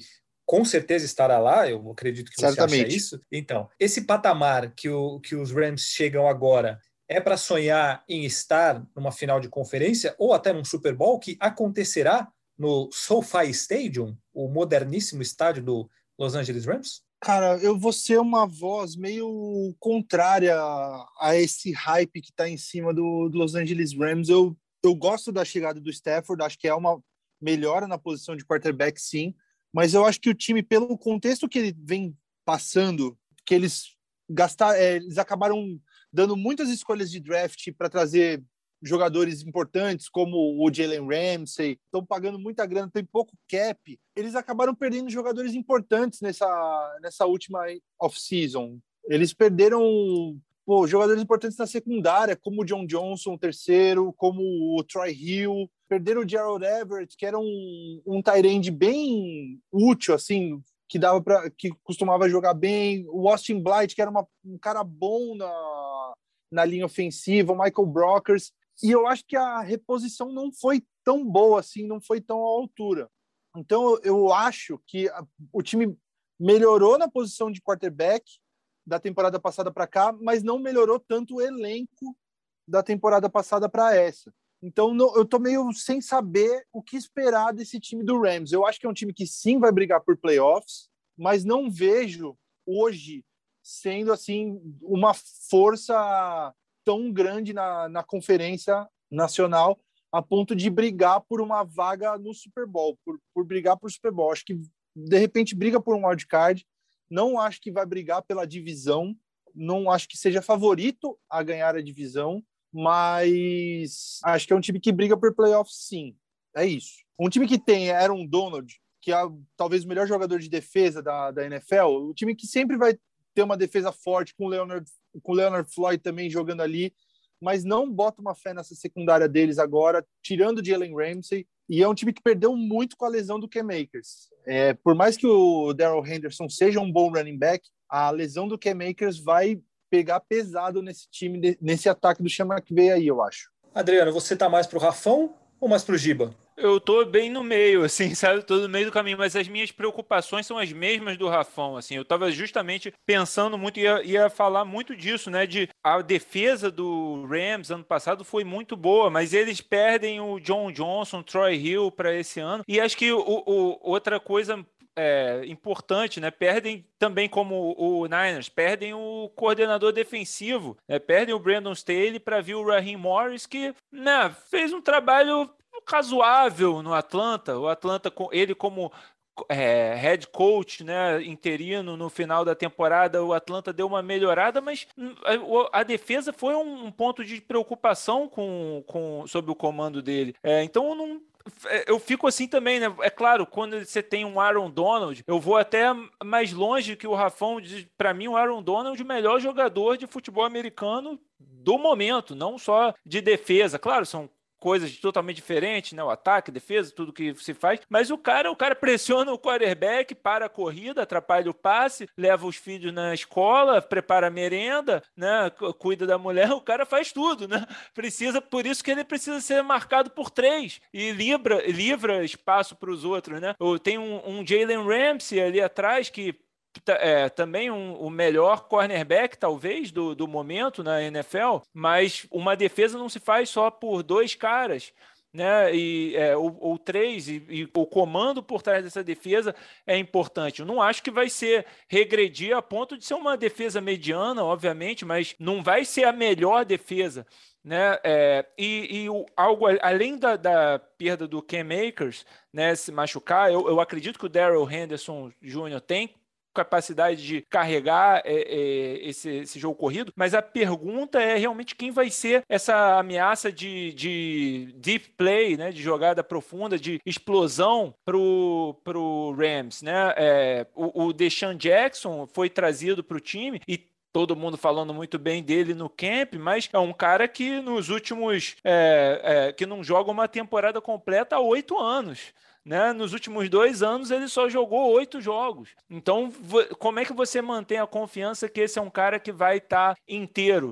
com certeza estará lá, eu acredito que Certamente. você acha isso. Então, esse patamar que, o, que os Rams chegam agora é para sonhar em estar numa final de conferência ou até num Super Bowl que acontecerá no SoFi Stadium, o moderníssimo estádio do Los Angeles Rams? Cara, eu vou ser uma voz meio contrária a esse hype que está em cima do, do Los Angeles Rams. Eu, eu gosto da chegada do Stafford, acho que é uma melhora na posição de quarterback, sim, mas eu acho que o time, pelo contexto que ele vem passando, que eles gastaram, é, eles acabaram dando muitas escolhas de draft para trazer jogadores importantes, como o Jalen Ramsey, estão pagando muita grana, tem pouco cap, eles acabaram perdendo jogadores importantes nessa, nessa última off-season. Eles perderam pô, jogadores importantes na secundária, como o John Johnson, terceiro, como o Troy Hill, perderam o Gerald Everett, que era um, um tight end bem útil, assim, que dava para que costumava jogar bem, o Austin Blythe, que era uma, um cara bom na, na linha ofensiva, o Michael Brockers, e eu acho que a reposição não foi tão boa assim, não foi tão à altura. Então eu acho que a, o time melhorou na posição de quarterback da temporada passada para cá, mas não melhorou tanto o elenco da temporada passada para essa. Então não, eu tô meio sem saber o que esperar desse time do Rams. Eu acho que é um time que sim vai brigar por playoffs, mas não vejo hoje sendo assim uma força tão grande na, na conferência nacional a ponto de brigar por uma vaga no Super Bowl, por, por brigar por Super Bowl. Acho que de repente briga por um wildcard, não acho que vai brigar pela divisão, não acho que seja favorito a ganhar a divisão, mas acho que é um time que briga por playoffs, sim. É isso. Um time que tem Aaron Donald, que é talvez o melhor jogador de defesa da, da N F L, o time que sempre vai ter uma defesa forte, com o Leonard, com o Leonard Floyd também jogando ali, mas não bota uma fé nessa secundária deles agora, tirando o Jalen Ramsey, e é um time que perdeu muito com a lesão do Cam Akers. É, por mais que o Darrell Henderson seja um bom running back, a lesão do Cam Akers vai pegar pesado nesse time, nesse ataque do Sean McVay aí, eu acho. Adriano, você tá mais pro Rafão ou mais pro Giba? Eu tô bem no meio, assim, sabe? Tô no meio do caminho, mas as minhas preocupações são as mesmas do Rafão, assim. Eu tava justamente pensando muito, ia, ia falar muito disso, né? De a defesa do Rams ano passado foi muito boa, mas eles perdem o John Johnson, Troy Hill para esse ano. E acho que o, o, outra coisa é, importante, né? Perdem também, como o Niners, perdem o coordenador defensivo, né? Perdem o Brandon Staley para vir o Raheem Morris, que, né, fez um trabalho razoável no Atlanta. O Atlanta, ele como é, head coach, né, interino no final da temporada, o Atlanta deu uma melhorada, mas a, a defesa foi um, um ponto de preocupação com, com, sob o comando dele. É, então eu não eu fico assim também, né? É claro, quando você tem um Aaron Donald, eu vou até mais longe que o Rafão. Para mim, o Aaron Donald é o melhor jogador de futebol americano do momento, não só de defesa. Claro, são coisas totalmente diferentes, né? O ataque, defesa, tudo que se faz, mas o cara, o cara pressiona o quarterback, para a corrida, atrapalha o passe, leva os filhos na escola, prepara a merenda, né? Cuida da mulher, o cara faz tudo, né? Precisa, por isso que ele precisa ser marcado por três e livra, livra espaço para os outros, né? Tem um, um Jalen Ramsey ali atrás que é também um, o melhor cornerback, talvez, do, do momento na N F L, mas uma defesa não se faz só por dois caras, né? E, é, ou, ou três, e, e o comando por trás dessa defesa é importante. Eu não acho que vai ser regredir a ponto de ser uma defesa mediana, obviamente, mas não vai ser a melhor defesa, né? É, e, e o, algo além da, da perda do Cam Akers, né, se machucar, eu, eu acredito que o Darrell Henderson Júnior tem capacidade de carregar é, é, esse, esse jogo corrido, mas a pergunta é realmente quem vai ser essa ameaça de, de deep play, né, de jogada profunda, de explosão pro, pro Rams, né? É, o, o Deshaun Jackson foi trazido para o time e todo mundo falando muito bem dele no camp, mas é um cara que nos últimos é, é, que não joga uma temporada completa há oito anos. Né? Nos últimos dois anos ele só jogou oito jogos. Então, como é que você mantém a confiança que esse é um cara que vai estar inteiro?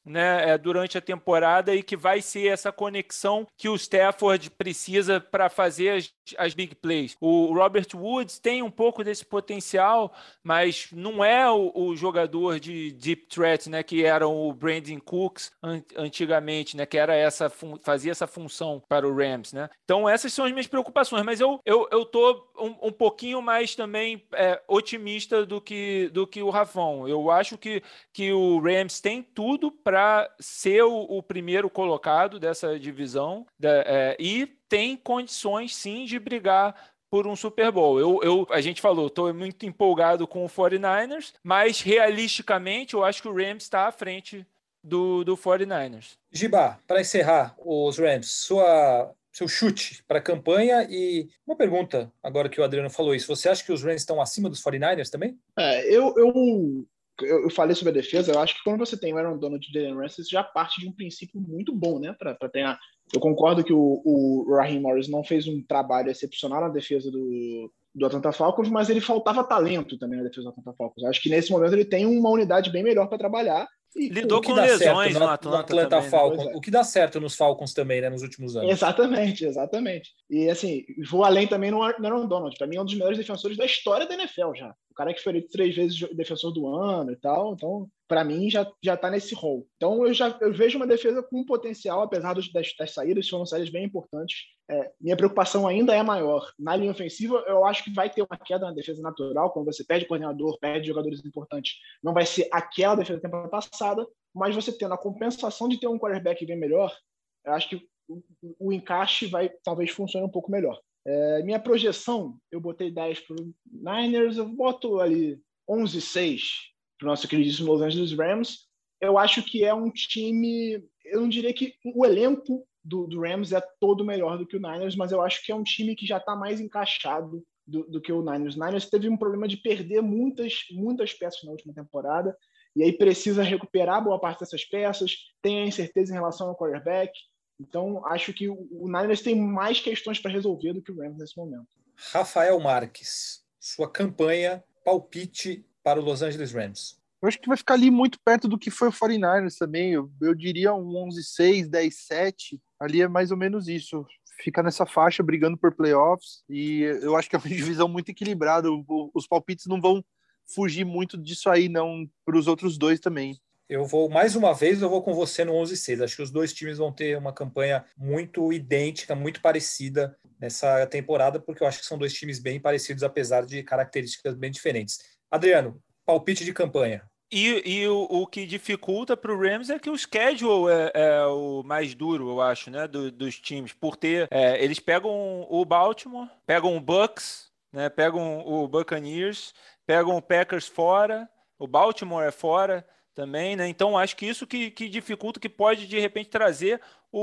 né, é, durante a temporada e que vai ser essa conexão que o Stafford precisa para fazer as, as big plays. O Robert Woods tem um pouco desse potencial, mas não é o, o jogador de deep threat, né, que era o Brandon Cooks an, antigamente, né, que era essa, fazia essa função para o Rams, né? Então essas são as minhas preocupações, mas eu, eu, eu tô um, um pouquinho mais também é, otimista do que, do que o Rafão. Eu acho que, que o Rams tem tudo para ser o, o primeiro colocado dessa divisão da, é, e tem condições sim de brigar por um Super Bowl. Eu, eu, a gente falou, estou muito empolgado com o forty-niners, mas realisticamente eu acho que o Rams está à frente do, do forty-niners. Giba, para encerrar os Rams, sua, seu chute para a campanha e uma pergunta, agora que o Adriano falou isso, você acha que os Rams estão acima dos forty-niners também? É, eu... eu... Eu falei sobre a defesa, eu acho que quando você tem o Aaron Donald e o Jalen Ramsey, já parte de um princípio muito bom, né? Para treinar. Eu concordo que o, o Raheem Morris não fez um trabalho excepcional na defesa do, do Atlanta Falcons, mas ele faltava talento também na defesa do Atlanta Falcons. Eu acho que nesse momento ele tem uma unidade bem melhor para trabalhar. E lidou com lesões no, no Atlanta, no Atlanta também, Falcons, né? O que dá certo nos Falcons também, né, nos últimos anos. Exatamente, exatamente. E assim, vou além também no Aaron Donald. Para mim é um dos melhores defensores da história da N F L já. O cara que foi eleito três vezes defensor do ano e tal. Então, para mim, já, já tá nesse rol. Então, eu já eu vejo uma defesa com potencial, apesar das, das saídas, foram saídas bem importantes. É, minha preocupação ainda é maior. Na linha ofensiva, eu acho que vai ter uma queda na defesa natural. Quando você perde coordenador, perde jogadores importantes, não vai ser aquela defesa da temporada passada, mas você tendo a compensação de ter um quarterback bem melhor, eu acho que o, o encaixe vai talvez funcione um pouco melhor. É, minha projeção, eu botei dez para o Niners, eu boto ali onze a seis para o nosso queridíssimo Los Angeles Rams. Eu acho que é um time, eu não diria que o elenco do, do Rams é todo melhor do que o Niners, mas eu acho que é um time que já está mais encaixado do, do que o Niners. O Niners teve um problema de perder muitas, muitas peças na última temporada, e aí precisa recuperar boa parte dessas peças, tem a incerteza em relação ao quarterback. Então, acho que o Niners tem mais questões para resolver do que o Rams nesse momento. Rafael Marques, sua campanha, palpite para o Los Angeles Rams. Eu acho que vai ficar ali muito perto do que foi o forty-niners também. Eu, eu diria um onze a seis, dez a sete. Ali é mais ou menos isso. Fica nessa faixa, brigando por playoffs. E eu acho que é uma divisão muito equilibrada. Os palpites não vão fugir muito disso aí, não, para os outros dois também. Eu vou, mais uma vez, eu vou com você no onze a seis. Acho que os dois times vão ter uma campanha muito idêntica, muito parecida nessa temporada, porque eu acho que são dois times bem parecidos, apesar de características bem diferentes. Adriano, palpite de campanha. E, e o, o que dificulta para o Rams é que o schedule é, é o mais duro, eu acho, né, do, dos times, por ter... É, eles pegam o Baltimore, pegam o Bucks, né, pegam o Buccaneers, pegam o Packers fora, o Baltimore é fora também, né? Então acho que isso que, que dificulta, que pode de repente trazer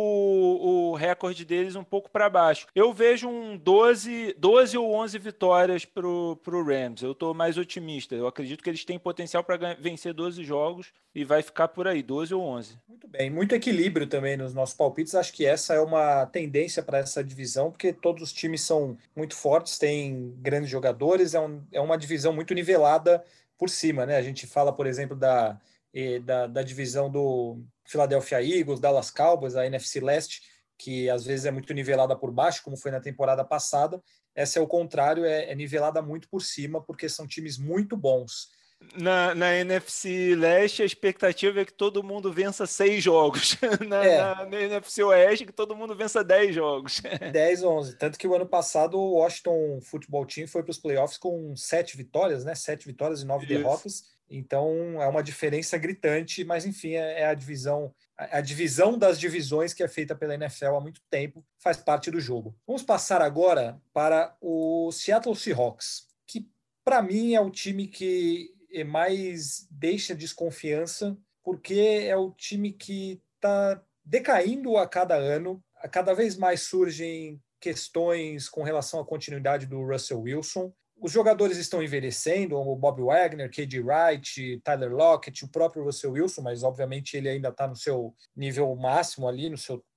o, o recorde deles um pouco para baixo. Eu vejo um doze, doze ou onze vitórias para o Rams. Eu estou mais otimista. Eu acredito que eles têm potencial para vencer doze jogos e vai ficar por aí, doze ou onze. Muito bem, muito equilíbrio também nos nossos palpites. Acho que essa é uma tendência para essa divisão, porque todos os times são muito fortes, têm grandes jogadores, é, um, é uma divisão muito nivelada por cima, né? A gente fala, por exemplo, da Da, da divisão do Philadelphia Eagles, Dallas Cowboys, a N F C Leste, que às vezes é muito nivelada por baixo, como foi na temporada passada. Essa é o contrário, é, é nivelada muito por cima, porque são times muito bons. Na, na N F C Leste, a expectativa é que todo mundo vença seis jogos. Na, é. na, na N F C Oeste, que todo mundo vença dez jogos. dez, onze. Tanto que o ano passado o Washington Football Team foi para os playoffs com sete vitórias, né? Sete vitórias e nove Isso. derrotas. Então é uma diferença gritante, mas enfim, é a divisão, a divisão das divisões que é feita pela N F L há muito tempo, faz parte do jogo. Vamos passar agora para o Seattle Seahawks, que para mim é o time que mais deixa desconfiança, porque é o time que está decaindo a cada ano, a cada vez mais surgem questões com relação à continuidade do Russell Wilson. Os jogadores estão envelhecendo, o Bob Wagner, K J Wright, Tyler Lockett, o próprio Russell Wilson, mas obviamente ele ainda está no seu nível máximo ali, no seu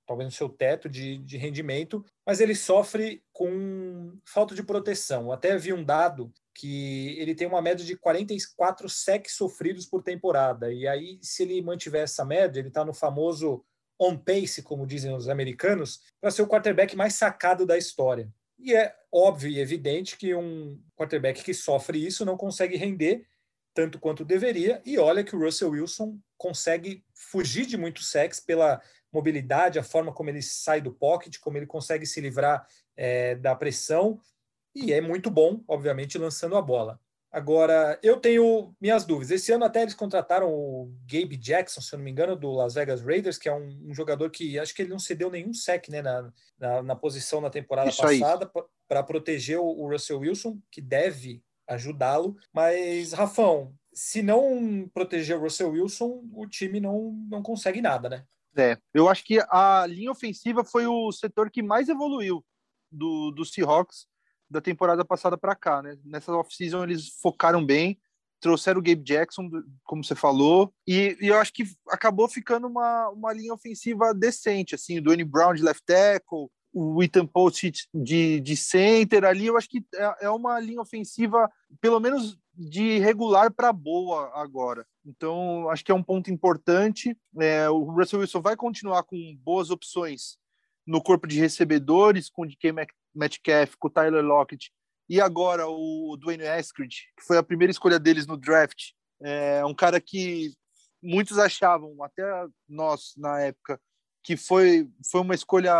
talvez no seu teto de, de rendimento, mas ele sofre com falta de proteção. Eu até vi um dado que ele tem uma média de quarenta e quatro sacks sofridos por temporada, e aí se ele mantiver essa média, ele está no famoso on pace, como dizem os americanos, para ser o quarterback mais sacado da história. E é óbvio e evidente que um quarterback que sofre isso não consegue render tanto quanto deveria, e olha que o Russell Wilson consegue fugir de muitos sacks pela mobilidade, a forma como ele sai do pocket, como ele consegue se livrar é, da pressão, e é muito bom, obviamente, lançando a bola. Agora, eu tenho minhas dúvidas. Esse ano até eles contrataram o Gabe Jackson, se eu não me engano, do Las Vegas Raiders, que é um, um jogador que acho que ele não cedeu nenhum sack, né, na, na, na posição na temporada Isso passada para proteger o, o Russell Wilson, que deve ajudá-lo. Mas, Rafão, se não proteger o Russell Wilson, o time não, não consegue nada, né? É, eu acho que a linha ofensiva foi o setor que mais evoluiu do, do Seahawks da temporada passada para cá, né? Nessa off-season eles focaram bem, trouxeram o Gabe Jackson, como você falou, e, e eu acho que acabou ficando uma, uma linha ofensiva decente, assim, o Dwayne Brown de left tackle, o Ethan Post de, de center ali, eu acho que é, é uma linha ofensiva, pelo menos de regular para boa agora. Então, acho que é um ponto importante. É, o Russell Wilson vai continuar com boas opções no corpo de recebedores, com o D K Metcalf, com o Tyler Lockett, e agora o Dwayne Eskridge, que foi a primeira escolha deles no draft. É um cara que muitos achavam, até nós na época, que foi, foi uma escolha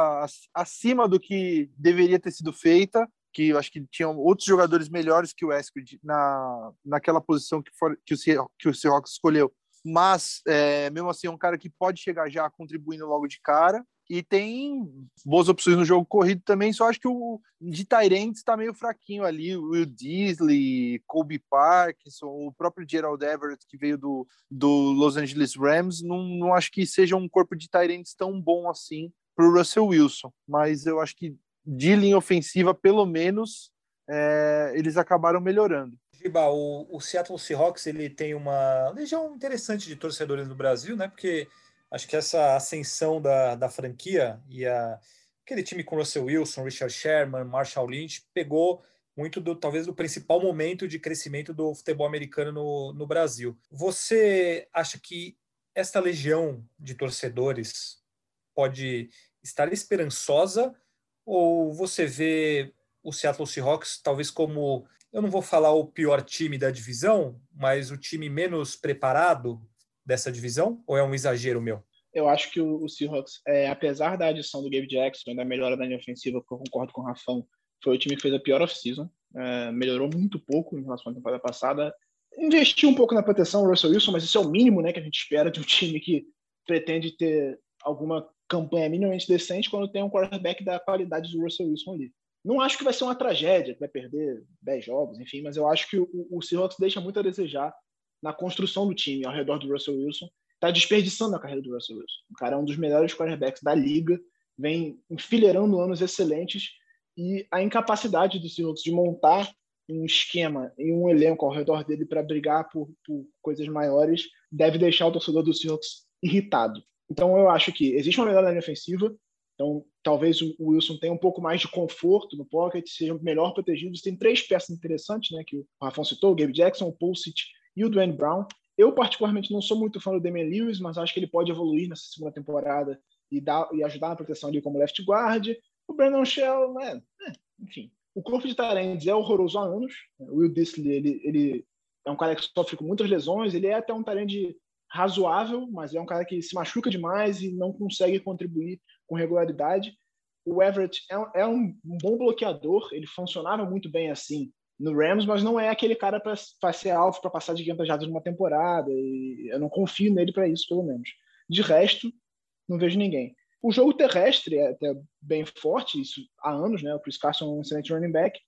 acima do que deveria ter sido feita, que eu acho que tinham outros jogadores melhores que o Eskridge na, naquela posição que, for, que, o, que o Seahawks escolheu. Mas, é, mesmo assim, é um cara que pode chegar já contribuindo logo de cara. E tem boas opções no jogo corrido também, só acho que o de Tyrants está meio fraquinho ali, o Will Disley, Colby Parkinson, o próprio Gerald Everett, que veio do, do Los Angeles Rams, não, não acho que seja um corpo de Tyrants tão bom assim para o Russell Wilson, mas eu acho que de linha ofensiva, pelo menos, é, eles acabaram melhorando. Giba, o, o Seattle Seahawks ele tem uma legião interessante de torcedores no Brasil, né? Porque acho que essa ascensão da, da franquia e a, aquele time com Russell Wilson, Richard Sherman, Marshall Lynch, pegou muito, do, talvez, do principal momento de crescimento do futebol americano no, no Brasil. Você acha que esta legião de torcedores pode estar esperançosa ou você vê o Seattle Seahawks talvez como, eu não vou falar o pior time da divisão, mas o time menos preparado dessa divisão, ou é um exagero meu? Eu acho que o, o Seahawks, é, apesar da adição do Gabe Jackson e da melhora da linha ofensiva, que eu concordo com o Rafão, foi o time que fez a pior off-season, é, melhorou muito pouco em relação à temporada passada, investiu um pouco na proteção do Russell Wilson, mas isso é o mínimo, né, que a gente espera de um time que pretende ter alguma campanha minimamente decente quando tem um quarterback da qualidade do Russell Wilson ali. Não acho que vai ser uma tragédia, que vai perder dez jogos, enfim, mas eu acho que o, o Seahawks deixa muito a desejar na construção do time ao redor do Russell Wilson. Está desperdiçando a carreira do Russell Wilson. O cara é um dos melhores quarterbacks da liga, vem enfileirando anos excelentes, e a incapacidade do Seahawks de montar um esquema e um elenco ao redor dele para brigar por, por coisas maiores deve deixar o torcedor do Seahawks irritado. Então eu acho que existe uma melhora na linha ofensiva, então talvez o Wilson tenha um pouco mais de conforto no pocket, seja melhor protegido. Tem três peças interessantes, né, que o Rafão citou, o Gabe Jackson, o Pulisic e o Dwayne Brown. Eu, particularmente, não sou muito fã do Damian Lewis, mas acho que ele pode evoluir nessa segunda temporada e, dar, e ajudar na proteção ali como left guard. O Brandon Shell, né? É, enfim. O corpo de Tyrants é horroroso há anos. O Will Disley, ele, ele é um cara que sofre com muitas lesões. Ele é até um Tyrant razoável, mas é um cara que se machuca demais e não consegue contribuir com regularidade. O Everett é, é um bom bloqueador. Ele funcionava muito bem assim no Rams, mas não é aquele cara para ser alvo, para passar de quinhentas jardas numa temporada, e eu não confio nele para isso, pelo menos. De resto, não vejo ninguém. O jogo terrestre é até bem forte, isso há anos, né? O Chris Carson é um excelente running back,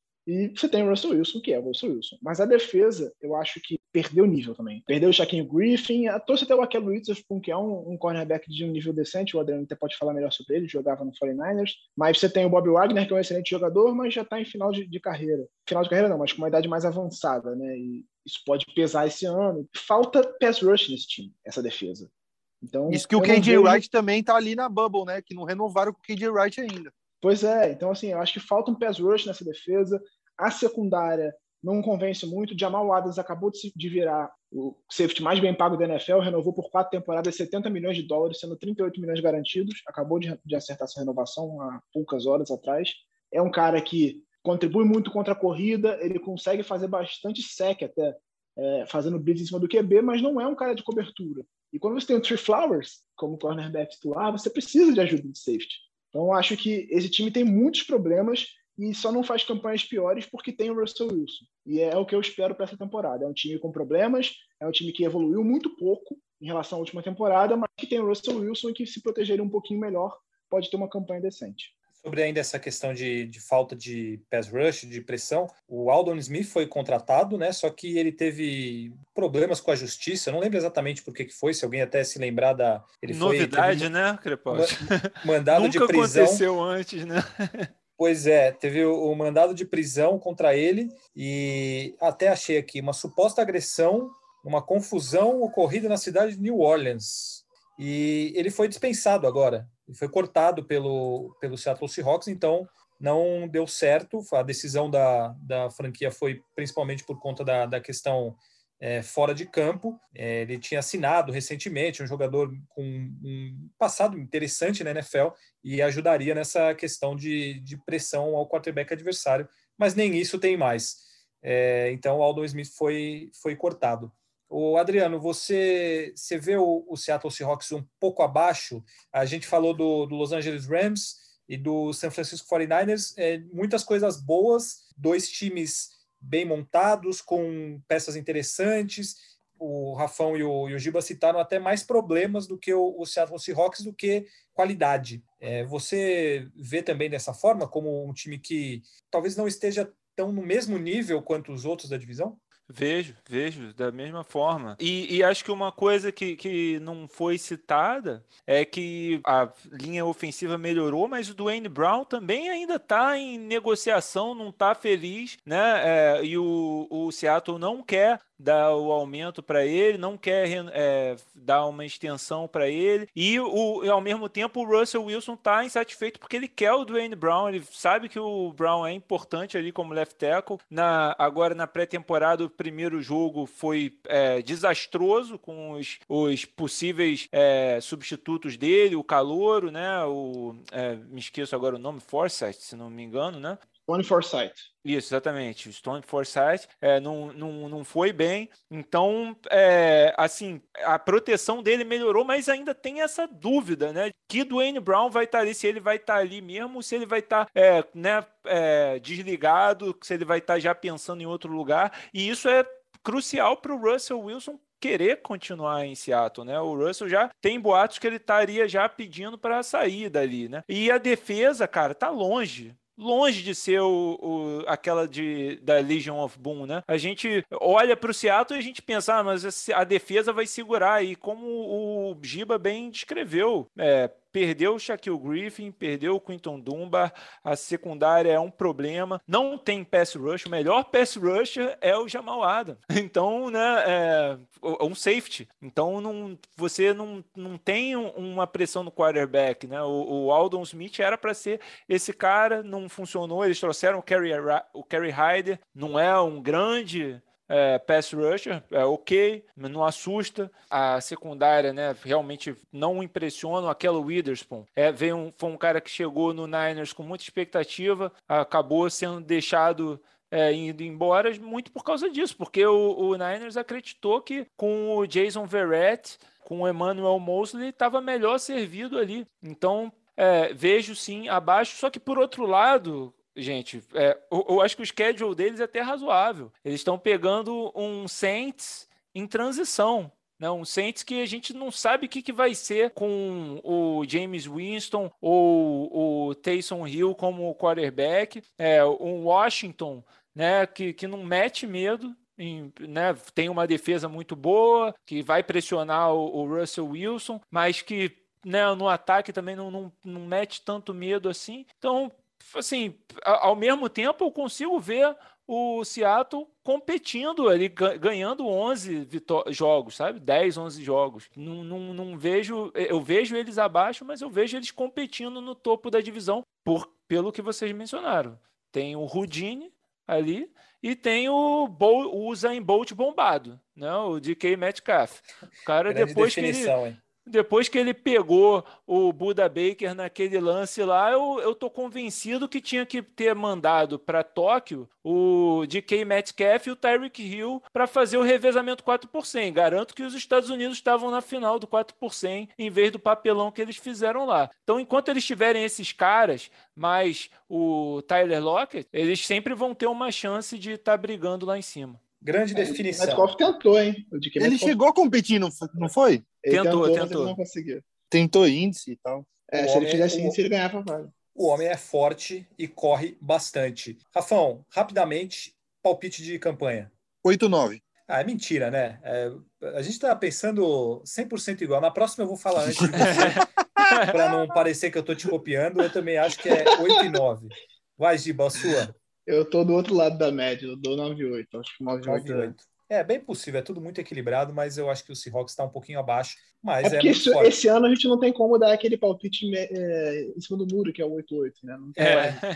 e você tem o Russell Wilson, que é o Russell Wilson. Mas a defesa, eu acho que perdeu nível também. Perdeu o Shaquille Griffin, trouxe até o Akel Witherspoon, que é um, um cornerback de um nível decente, o Adriano até pode falar melhor sobre ele, jogava no quarenta e nine ers, mas você tem o Bobby Wagner, que é um excelente jogador, mas já está em final de, de carreira. Final de carreira não, mas com uma idade mais avançada, né? E isso pode pesar esse ano. Falta pass rush nesse time, essa defesa. Então, isso que o K J Wright também tá ali na bubble, né? Que não renovaram com o K J Wright ainda. Pois é, então assim, eu acho que falta um pass rush nessa defesa. A secundária não convence muito. Jamal Adams acabou de virar o safety mais bem pago da N F L, renovou por quatro temporadas, setenta milhões de dólares, sendo trinta e oito milhões garantidos. Acabou de, de acertar essa renovação há poucas horas atrás. É um cara que contribui muito contra a corrida, ele consegue fazer bastante sec até, é, fazendo blitz em cima do Q B, mas não é um cara de cobertura. E quando você tem o Trey Flowers como cornerback titular, você precisa de ajuda de safety. Então, eu acho que esse time tem muitos problemas e só não faz campanhas piores porque tem o Russell Wilson. E é o que eu espero para essa temporada. É um time com problemas, é um time que evoluiu muito pouco em relação à última temporada, mas que tem o Russell Wilson e que, se proteger um pouquinho melhor, pode ter uma campanha decente. Sobre ainda essa questão de, de falta de pass rush, de pressão, o Aldon Smith foi contratado, né? Só que ele teve problemas com a justiça. Eu não lembro exatamente por que que foi, se alguém até se lembrar da... Ele Novidade, foi, né, Crepaldi? Mandado de prisão. Nunca aconteceu antes, né? Pois é, teve o, o mandado de prisão contra ele e até achei aqui uma suposta agressão, uma confusão ocorrida na cidade de New Orleans. E ele foi dispensado agora. Ele foi cortado pelo, pelo Seattle Seahawks, então não deu certo. A decisão da, da franquia foi principalmente por conta da, da questão é, fora de campo. É, ele tinha assinado recentemente, um jogador com um passado interessante na N F L e ajudaria nessa questão de, de pressão ao quarterback adversário, mas nem isso tem mais. É, então o Aldon Smith foi, foi cortado. O Adriano, você, você vê o, o Seattle Seahawks um pouco abaixo? A gente falou do, do Los Angeles Rams e do San Francisco forty-niners, é, muitas coisas boas, dois times bem montados, com peças interessantes. O Rafão e o, e o Giba citaram até mais problemas do que o, o Seattle Seahawks, do que qualidade. É, você vê também dessa forma, como um time que talvez não esteja tão no mesmo nível quanto os outros da divisão? Vejo, vejo, da mesma forma. E, e acho que uma coisa que, que não foi citada é que a linha ofensiva melhorou, mas o Duane Brown também ainda está em negociação, não está feliz, né? É, e o, o Seattle não quer dar o aumento para ele, não quer é, dar uma extensão para ele, e, o, e ao mesmo tempo o Russell Wilson está insatisfeito porque ele quer o Duane Brown, ele sabe que o Brown é importante ali como left tackle. Na, agora na pré-temporada o primeiro jogo foi é, desastroso com os, os possíveis é, substitutos dele, o calouro, né, o, é, me esqueço agora o nome, Forsythe, se não me engano, né? Stone Forsythe. Isso, exatamente. O Stone Forsythe é, não, não, não foi bem. Então, é, assim, a proteção dele melhorou, mas ainda tem essa dúvida, né? Que Duane Brown vai estar ali, se ele vai estar ali mesmo, se ele vai estar é, né, é, desligado, se ele vai estar já pensando em outro lugar. E isso é crucial para o Russell Wilson querer continuar em Seattle, né? O Russell já tem boatos que ele estaria já pedindo para sair dali, né? E a defesa, cara, tá longe. Longe de ser o, o, aquela de, da Legion of Boom, né? A gente olha para o Seattle e a gente pensa, ah, mas a defesa vai segurar. E como o Giba bem descreveu, é, perdeu o Shaquille Griffin, perdeu o Quinton Dunbar, a secundária é um problema, não tem pass rush, o melhor pass rusher é o Jamal Adams. Então, né, é um safety. Então, não, você não, não tem uma pressão no quarterback, né? O, o Aldon Smith era para ser esse cara, não funcionou, eles trouxeram o Kerry, o Kerry Hyder, não é um grande... É, pass rusher, é ok, mas não assusta. A secundária, né, realmente não impressiona. Aquela Witherspoon é, veio um, foi um cara que chegou no Niners com muita expectativa, acabou sendo deixado é, indo embora muito por causa disso, porque o, o Niners acreditou que com o Jason Verrett, com o Emmanuel Mosley, estava melhor servido ali. Então, é, vejo sim abaixo, só que por outro lado... Gente, é, eu, eu acho que o schedule deles é até razoável. Eles estão pegando um Saints em transição, né? Um Saints que a gente não sabe o que, que vai ser com o James Winston ou o Taysom Hill como quarterback. É, um Washington, né, que, que não mete medo. Em, né, tem uma defesa muito boa, que vai pressionar o, o Russell Wilson, mas que, né, no ataque também não, não, não mete tanto medo assim. Então, assim, ao mesmo tempo eu consigo ver o Seattle competindo ali, ganhando onze jogos, sabe? dez, onze jogos. Não, não, não vejo, eu vejo eles abaixo, mas eu vejo eles competindo no topo da divisão, por, pelo que vocês mencionaram. Tem o Houdini ali e tem o, Bo, o Usain Bolt bombado, né? O D K Metcalf. O cara, depois que ele... Hein? Depois que ele pegou o Buda Baker naquele lance lá, eu, eu tô convencido que tinha que ter mandado para Tóquio o D K Metcalf e o Tyreek Hill para fazer o revezamento quatro por cem. Garanto que os Estados Unidos estavam na final do quatro por cem em vez do papelão que eles fizeram lá. Então, enquanto eles tiverem esses caras, mais o Tyler Lockett, eles sempre vão ter uma chance de estar tá brigando lá em cima. Grande definição. O Metcalf tentou, hein? O ele Metcalf... chegou a competir, não foi? Ele tentou, tentou, tentou. Mas ele não conseguiu. Tentou índice e tal. É, o se ele fizesse índice, ele ganhava a vaga. O homem é forte e corre bastante. Rafão, rapidamente, palpite de campanha. oito nove. Ah, é mentira, né? É, a gente tá pensando cem por cento igual. Na próxima eu vou falar antes de você, para não parecer que eu tô te copiando. Eu também acho que é oito e nove. Vai, Giba, a sua. Eu tô do outro lado da média, eu dou nove e oito. Acho que nove e oito. É bem possível, é tudo muito equilibrado, mas eu acho que o Seahawks está um pouquinho abaixo. Mas é porque é isso, esse ano a gente não tem como dar aquele palpite é, em cima do muro, que é o oito e oito, né? Não tem é.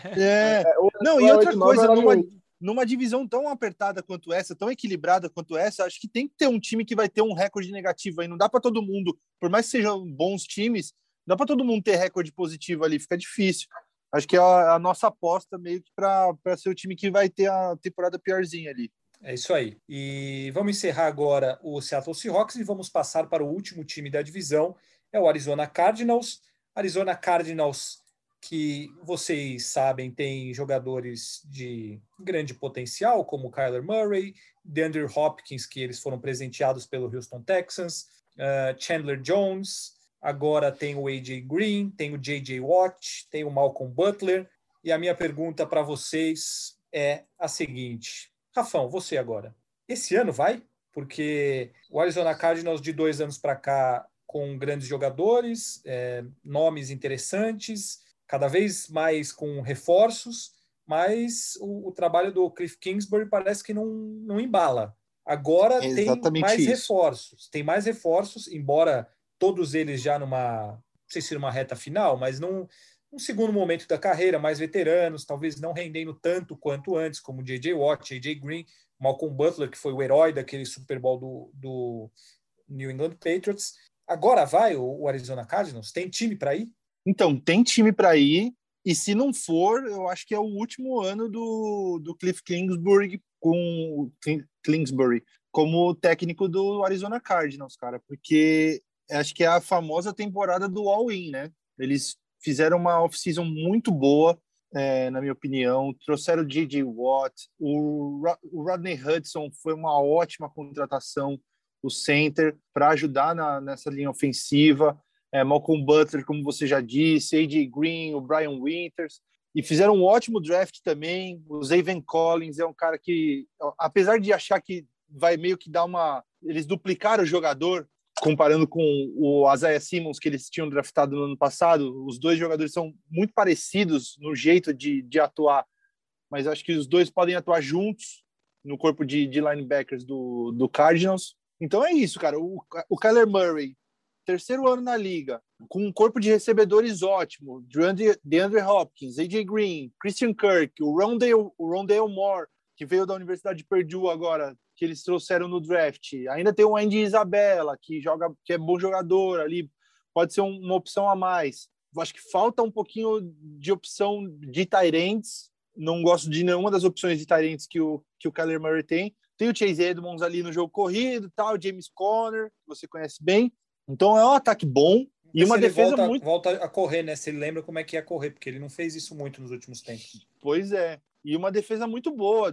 É. É. Não, e outra coisa, numa, numa divisão tão apertada quanto essa, tão equilibrada quanto essa, acho que tem que ter um time que vai ter um recorde negativo aí. Não dá para todo mundo, por mais que sejam bons times, não dá para todo mundo ter recorde positivo ali, fica difícil. Acho que é a, a nossa aposta meio que para ser o time que vai ter a temporada piorzinha ali. É isso aí. E vamos encerrar agora o Seattle Seahawks e vamos passar para o último time da divisão, é o Arizona Cardinals. Arizona Cardinals, que vocês sabem, tem jogadores de grande potencial, como o Kyler Murray, DeAndre Hopkins, que eles foram presenteados pelo Houston Texans, uh, Chandler Jones, agora tem o A J Green, tem o J J Watt, tem o Malcolm Butler. E a minha pergunta para vocês é a seguinte... Rafão, você agora. Esse ano vai? Porque o Arizona Cardinals de dois anos para cá, com grandes jogadores, é, nomes interessantes, cada vez mais com reforços, mas o, o trabalho do Cliff Kingsbury parece que não, não embala. Agora é tem mais isso. reforços. Tem mais reforços, embora todos eles já numa, não sei se numa reta final, mas não... um segundo momento da carreira, mais veteranos, talvez não rendendo tanto quanto antes, como J J Watt, A J Green, Malcolm Butler, que foi o herói daquele Super Bowl do, do New England Patriots. Agora vai o, o Arizona Cardinals? Tem time para ir? Então, tem time para ir, e se não for, eu acho que é o último ano do, do Cliff Kingsbury com Kingsbury como técnico do Arizona Cardinals, cara, porque acho que é a famosa temporada do all-in, né? Eles fizeram uma off-season muito boa, é, na minha opinião. Trouxeram o J J Watt. O, o Rodney Hudson foi uma ótima contratação, o center, para ajudar na, nessa linha ofensiva. É, Malcolm Butler, como você já disse, A J Green, o Brian Winters. E fizeram um ótimo draft também. O Zaven Collins é um cara que, apesar de achar que vai meio que dar uma... Eles duplicaram o jogador, comparando com o Isaiah Simmons, que eles tinham draftado no ano passado. Os dois jogadores são muito parecidos no jeito de, de atuar, mas acho que os dois podem atuar juntos no corpo de, de linebackers do, do Cardinals. Então é isso, cara. O, o Kyler Murray, terceiro ano na liga, com um corpo de recebedores ótimo, DeAndre, DeAndre Hopkins, A J Green, Christian Kirk, o Rondale, o Rondale Moore, que veio da Universidade de Purdue agora, que eles trouxeram no draft. Ainda tem o Andy Isabella, que joga, que é bom jogador ali, pode ser um, uma opção a mais. Eu acho que falta um pouquinho de opção de tight ends. Não gosto de nenhuma das opções de tight ends que o, que o Kyler Murray tem. Tem o Chase Edmonds ali no jogo corrido, tal, o James Conner, que você conhece bem. Então é um ataque bom e uma defesa volta, muito... volta a correr, né? Se ele lembra como é que ia correr, porque ele não fez isso muito nos últimos tempos. Pois é. E uma defesa muito boa.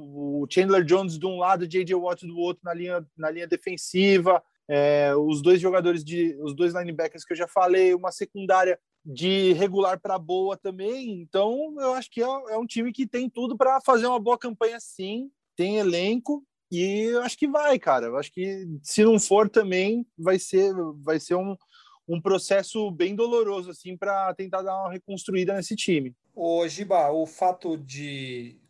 O Chandler Jones de um lado, J J Watt do outro na linha, na linha defensiva. É, os dois jogadores, de, os dois linebackers que eu já falei, uma secundária de regular para boa também. Então, eu acho que é, é um time que tem tudo para fazer uma boa campanha, sim. Tem elenco e eu acho que vai, cara. Eu acho que se não for também, vai ser, vai ser um, um processo bem doloroso assim, para tentar dar uma reconstruída nesse time. Ô, Giba, o fato de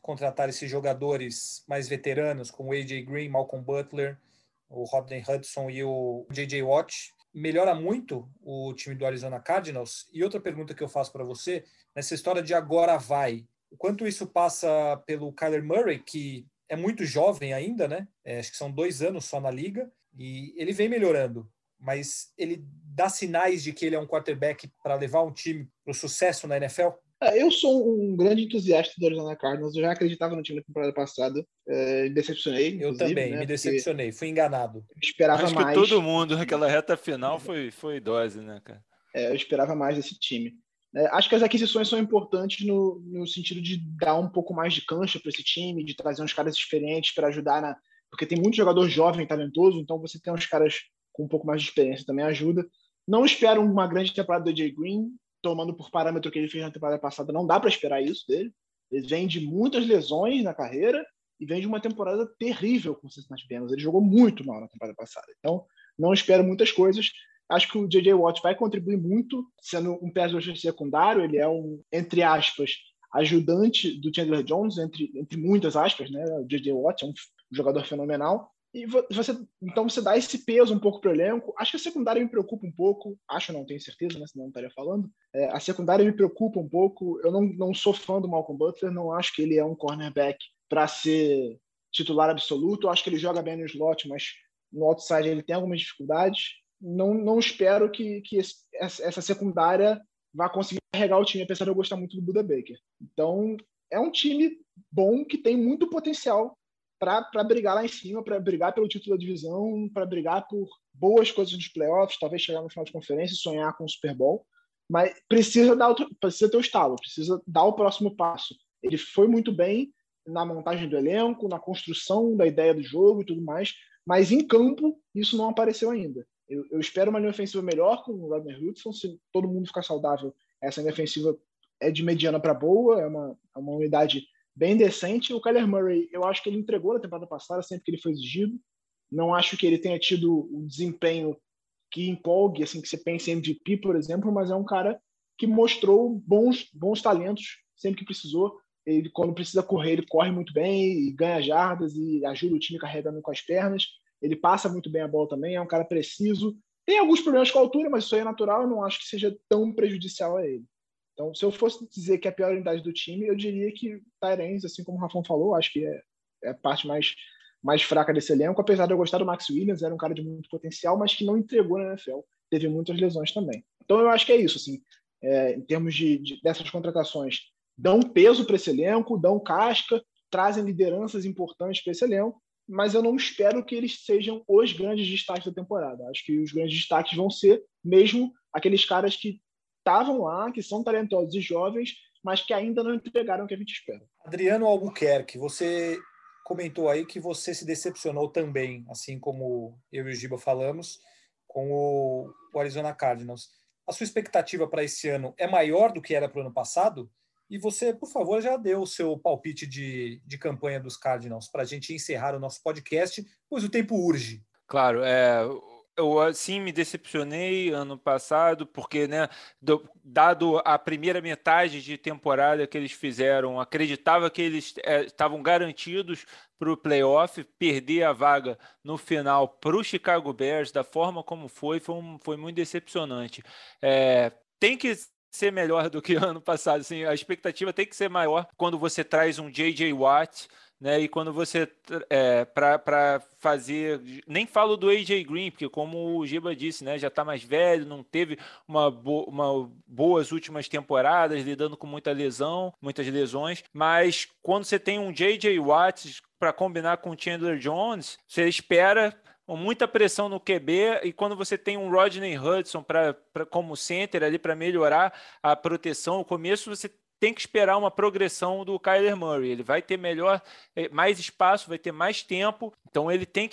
contratar esses jogadores mais veteranos, como o A J Green, Malcolm Butler, o Rodney Hudson e o J J Watt, melhora muito o time do Arizona Cardinals. E outra pergunta que eu faço para você, nessa história de agora vai, o quanto isso passa pelo Kyler Murray, que é muito jovem ainda, né? É, acho que são dois anos só na liga, e ele vem melhorando, mas ele dá sinais de que ele é um quarterback para levar um time para o sucesso na N F L? Eu sou um grande entusiasta do Arizona Cardinals. Eu já acreditava no time na temporada passada. É, me decepcionei. Eu também, né, me decepcionei. Fui enganado. Eu esperava Acho mais. que todo mundo naquela reta final foi, foi dose, né, cara? É, eu esperava mais desse time. É, acho que as aquisições são importantes no, no sentido de dar um pouco mais de cancha para esse time, de trazer uns caras experientes para ajudar na. Porque tem muito jogador jovem, talentoso, então você tem uns caras com um pouco mais de experiência também ajuda. Não espero uma grande temporada do A J Green, tomando por parâmetro o que ele fez na temporada passada, não dá para esperar isso dele. Ele vem de muitas lesões na carreira e vem de uma temporada terrível com o Cincinnati Bengals. Ele jogou muito mal na temporada passada. Então, não espero muitas coisas. Acho que o J J Watt vai contribuir muito, sendo um pass rusher secundário. Ele é um, entre aspas, ajudante do Chandler Jones, entre, entre muitas aspas, né? O J J Watt é um jogador fenomenal. E você, então você dá esse peso um pouco para o elenco. Acho que a secundária me preocupa um pouco. Acho, não tenho certeza, né? Senão não estaria falando. É, a secundária me preocupa um pouco. Eu não, não sou fã do Malcolm Butler. Não acho que ele é um cornerback para ser titular absoluto. Eu acho que ele joga bem no slot, mas no outside ele tem algumas dificuldades. Não, não espero que, que esse, essa secundária vá conseguir carregar o time, apesar de eu gostar muito do Buda Baker. Então, é um time bom que tem muito potencial para brigar lá em cima, para brigar pelo título da divisão, para brigar por boas coisas nos playoffs, talvez chegar no final de conferência e sonhar com o Super Bowl, mas precisa, dar outro, precisa ter o estalo, precisa dar o próximo passo. Ele foi muito bem na montagem do elenco, na construção da ideia do jogo e tudo mais, mas em campo isso não apareceu ainda. Eu, eu espero uma linha ofensiva melhor com o Rodney Hudson, se todo mundo ficar saudável, essa linha ofensiva é de mediana para boa, é uma, é uma unidade bem decente. O Kyler Murray, eu acho que ele entregou na temporada passada sempre que ele foi exigido. Não acho que ele tenha tido um desempenho que empolgue, assim, que você pense em M V P, por exemplo, mas é um cara que mostrou bons, bons talentos sempre que precisou. Ele, quando precisa correr, ele corre muito bem e ganha jardas e ajuda o time carregando com as pernas. Ele passa muito bem a bola também, é um cara preciso. Tem alguns problemas com a altura, mas isso aí é natural, eu não acho que seja tão prejudicial a ele. Então, se eu fosse dizer que é a pior unidade do time, eu diria que Tyrants, assim como o Rafão falou, acho que é, é a parte mais, mais fraca desse elenco, apesar de eu gostar do Max Williams, era um cara de muito potencial, mas que não entregou na N F L. Teve muitas lesões também. Então, eu acho que é isso, assim, é, em termos de, de, dessas contratações, dão peso para esse elenco, dão casca, trazem lideranças importantes para esse elenco, mas eu não espero que eles sejam os grandes destaques da temporada. Acho que os grandes destaques vão ser mesmo aqueles caras que estavam lá, que são talentosos e jovens, mas que ainda não entregaram o que a gente espera. Adriano Albuquerque, você comentou aí que você se decepcionou também, assim como eu e o Giba falamos, com o, o Arizona Cardinals. A sua expectativa para esse ano é maior do que era para o ano passado? E você, por favor, já deu o seu palpite de, de campanha dos Cardinals para a gente encerrar o nosso podcast, pois o tempo urge. Claro, é... Eu, assim, me decepcionei ano passado, porque, né, do, dado a primeira metade de temporada que eles fizeram, acreditava que eles é, estavam garantidos para o playoff, perder a vaga no final para o Chicago Bears, da forma como foi, foi, um, foi muito decepcionante. É, tem que ser melhor do que ano passado, assim, a expectativa tem que ser maior quando você traz um J J Watt, né? E quando você, é, para fazer, nem falo do A J Green, porque como o Giba disse, né, já está mais velho, não teve uma, bo uma boas últimas temporadas, lidando com muita lesão, muitas lesões, mas quando você tem um J J Watt para combinar com o Chandler Jones, você espera com muita pressão no Q B, e quando você tem um Rodney Hudson pra, pra, como center ali para melhorar a proteção, no começo você tem que esperar uma progressão do Kyler Murray. Ele vai ter melhor, mais espaço, vai ter mais tempo, então ele tem que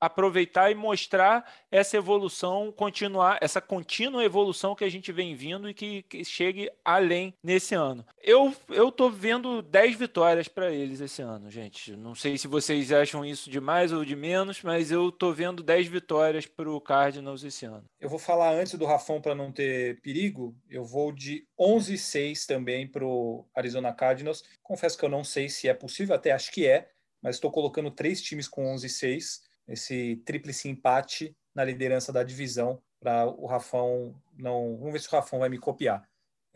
aproveitar e mostrar essa evolução, continuar, essa contínua evolução que a gente vem vindo e que, que chegue além nesse ano. Eu, eu tô vendo dez vitórias para eles esse ano, gente. Não sei se vocês acham isso de mais ou de menos, mas eu tô vendo dez vitórias para o Cardinals esse ano. Eu vou falar antes do Rafão para não ter perigo, eu vou de onze a seis também para o Arizona Cardinals. Confesso que eu não sei se é possível, até acho que é, mas estou colocando três times com onze a seis, esse tríplice empate na liderança da divisão, para o Rafão não... Vamos ver se o Rafão vai me copiar.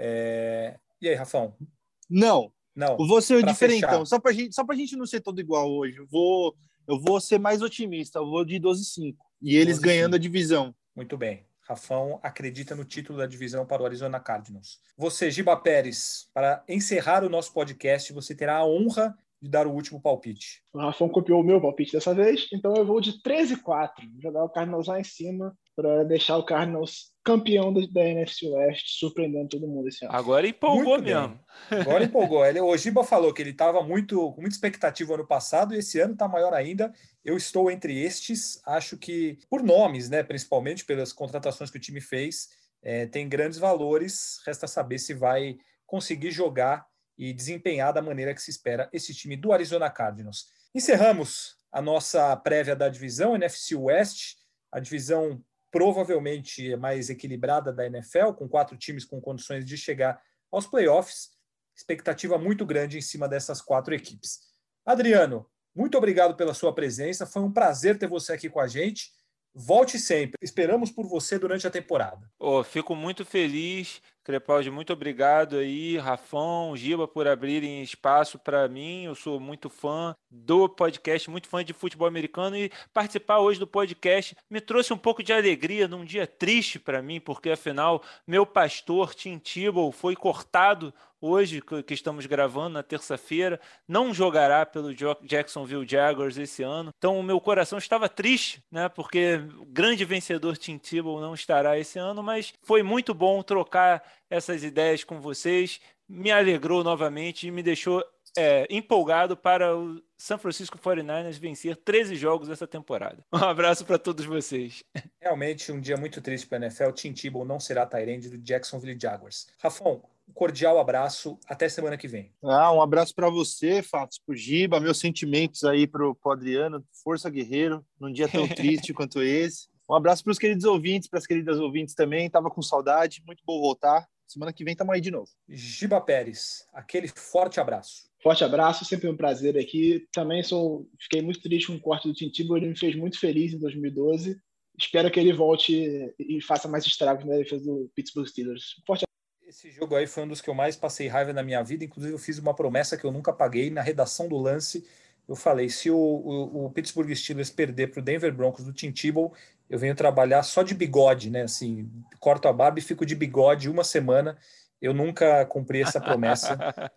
É... E aí, Rafão? Não. Não. Vou ser o Pra diferentão. fechar. Só para gente, só a gente não ser todo igual hoje. Eu vou, eu vou ser mais otimista. Eu vou de doze a cinco. E eles doze a cinco. ganhando a divisão. Muito bem. Rafão acredita no título da divisão para o Arizona Cardinals. Você, Giba Pérez, para encerrar o nosso podcast, você terá a honra de dar o último palpite. O Rafão copiou o meu palpite dessa vez, então eu vou de treze a quatro. Jogar o Cardinals lá em cima para deixar o Cardinals campeão da, da N F C West, surpreendendo todo mundo esse ano. Agora empolgou Muito mesmo. Bem. Agora empolgou. Ele, o Giba falou que ele estava muito, com muita expectativa ano passado e esse ano está maior ainda. Eu estou entre estes. Acho que, por nomes, né, principalmente pelas contratações que o time fez, é, tem grandes valores. Resta saber se vai conseguir jogar e desempenhar da maneira que se espera esse time do Arizona Cardinals. Encerramos a nossa prévia da divisão N F C West, a divisão provavelmente mais equilibrada da N F L, com quatro times com condições de chegar aos playoffs. Expectativa muito grande em cima dessas quatro equipes. Adriano, muito obrigado pela sua presença. Foi um prazer ter você aqui com a gente. Volte sempre. Esperamos por você durante a temporada. Oh, fico muito feliz. Crepaldi, muito obrigado aí, Rafão, Giba, por abrirem espaço para mim. Eu sou muito fã do podcast, muito fã de futebol americano, e participar hoje do podcast me trouxe um pouco de alegria num dia triste para mim, porque afinal meu pastor Tim Tebow foi cortado hoje, que estamos gravando na terça-feira, não jogará pelo Jacksonville Jaguars esse ano. Então o meu coração estava triste, né? Porque o grande vencedor Tim Tebow não estará esse ano, mas foi muito bom trocar essas ideias com vocês, me alegrou novamente e me deixou é, empolgado para o San Francisco quarenta e nine ers vencer treze jogos essa temporada. Um abraço para todos vocês. Realmente um dia muito triste para a N F L. Tim Tebow não será tight end do Jacksonville Jaguars. Rafão, um cordial abraço. Até semana que vem. Ah, um abraço para você, Fatos, pro Giba. Meus sentimentos aí pro, pro Adriano. Força, guerreiro. Num dia tão triste quanto esse. Um abraço para os queridos ouvintes, para as queridas ouvintes também. Tava com saudade. Muito bom voltar. Semana que vem estamos aí de novo. Giba Pérez, aquele forte abraço. Forte abraço, sempre um prazer aqui. Também sou, fiquei muito triste com o corte do Tim Tebow, ele me fez muito feliz em dois mil e doze. Espero que ele volte e faça mais estragos na defesa do Pittsburgh Steelers. Forte abraço. Esse jogo aí foi um dos que eu mais passei raiva na minha vida. Inclusive eu fiz uma promessa que eu nunca paguei na redação do lance. Eu falei, se o, o, o Pittsburgh Steelers perder para o Denver Broncos do Tim Tebow, eu venho trabalhar só de bigode, né? Assim, corto a barba e fico de bigode uma semana. Eu nunca cumpri essa promessa,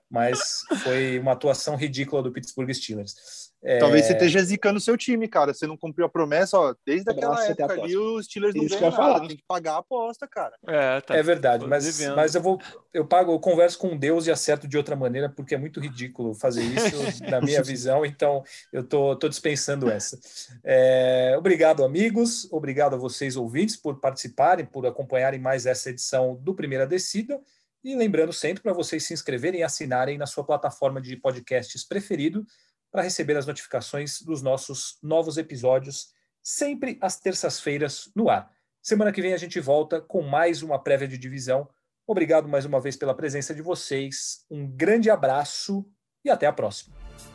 mas foi uma atuação ridícula do Pittsburgh Steelers. É... Talvez você esteja zicando o seu time, cara. Você não cumpriu a promessa, ó. Desde aquela Abraço, época ali, os Steelers não Isso ganham que eu ia nada. falar. Tem que pagar a aposta, cara. É, tá, é verdade, mas, mas eu vou, eu pago, eu converso com Deus e acerto de outra maneira, porque é muito ridículo fazer isso na minha visão, então eu tô, tô dispensando essa. É, obrigado, amigos, obrigado a vocês, ouvintes, por participarem, por acompanharem mais essa edição do Primeira Descida. E lembrando sempre para vocês se inscreverem e assinarem na sua plataforma de podcasts preferido para receber as notificações dos nossos novos episódios, sempre às terças-feiras no ar. Semana que vem a gente volta com mais uma prévia de divisão. Obrigado mais uma vez pela presença de vocês, um grande abraço e até a próxima.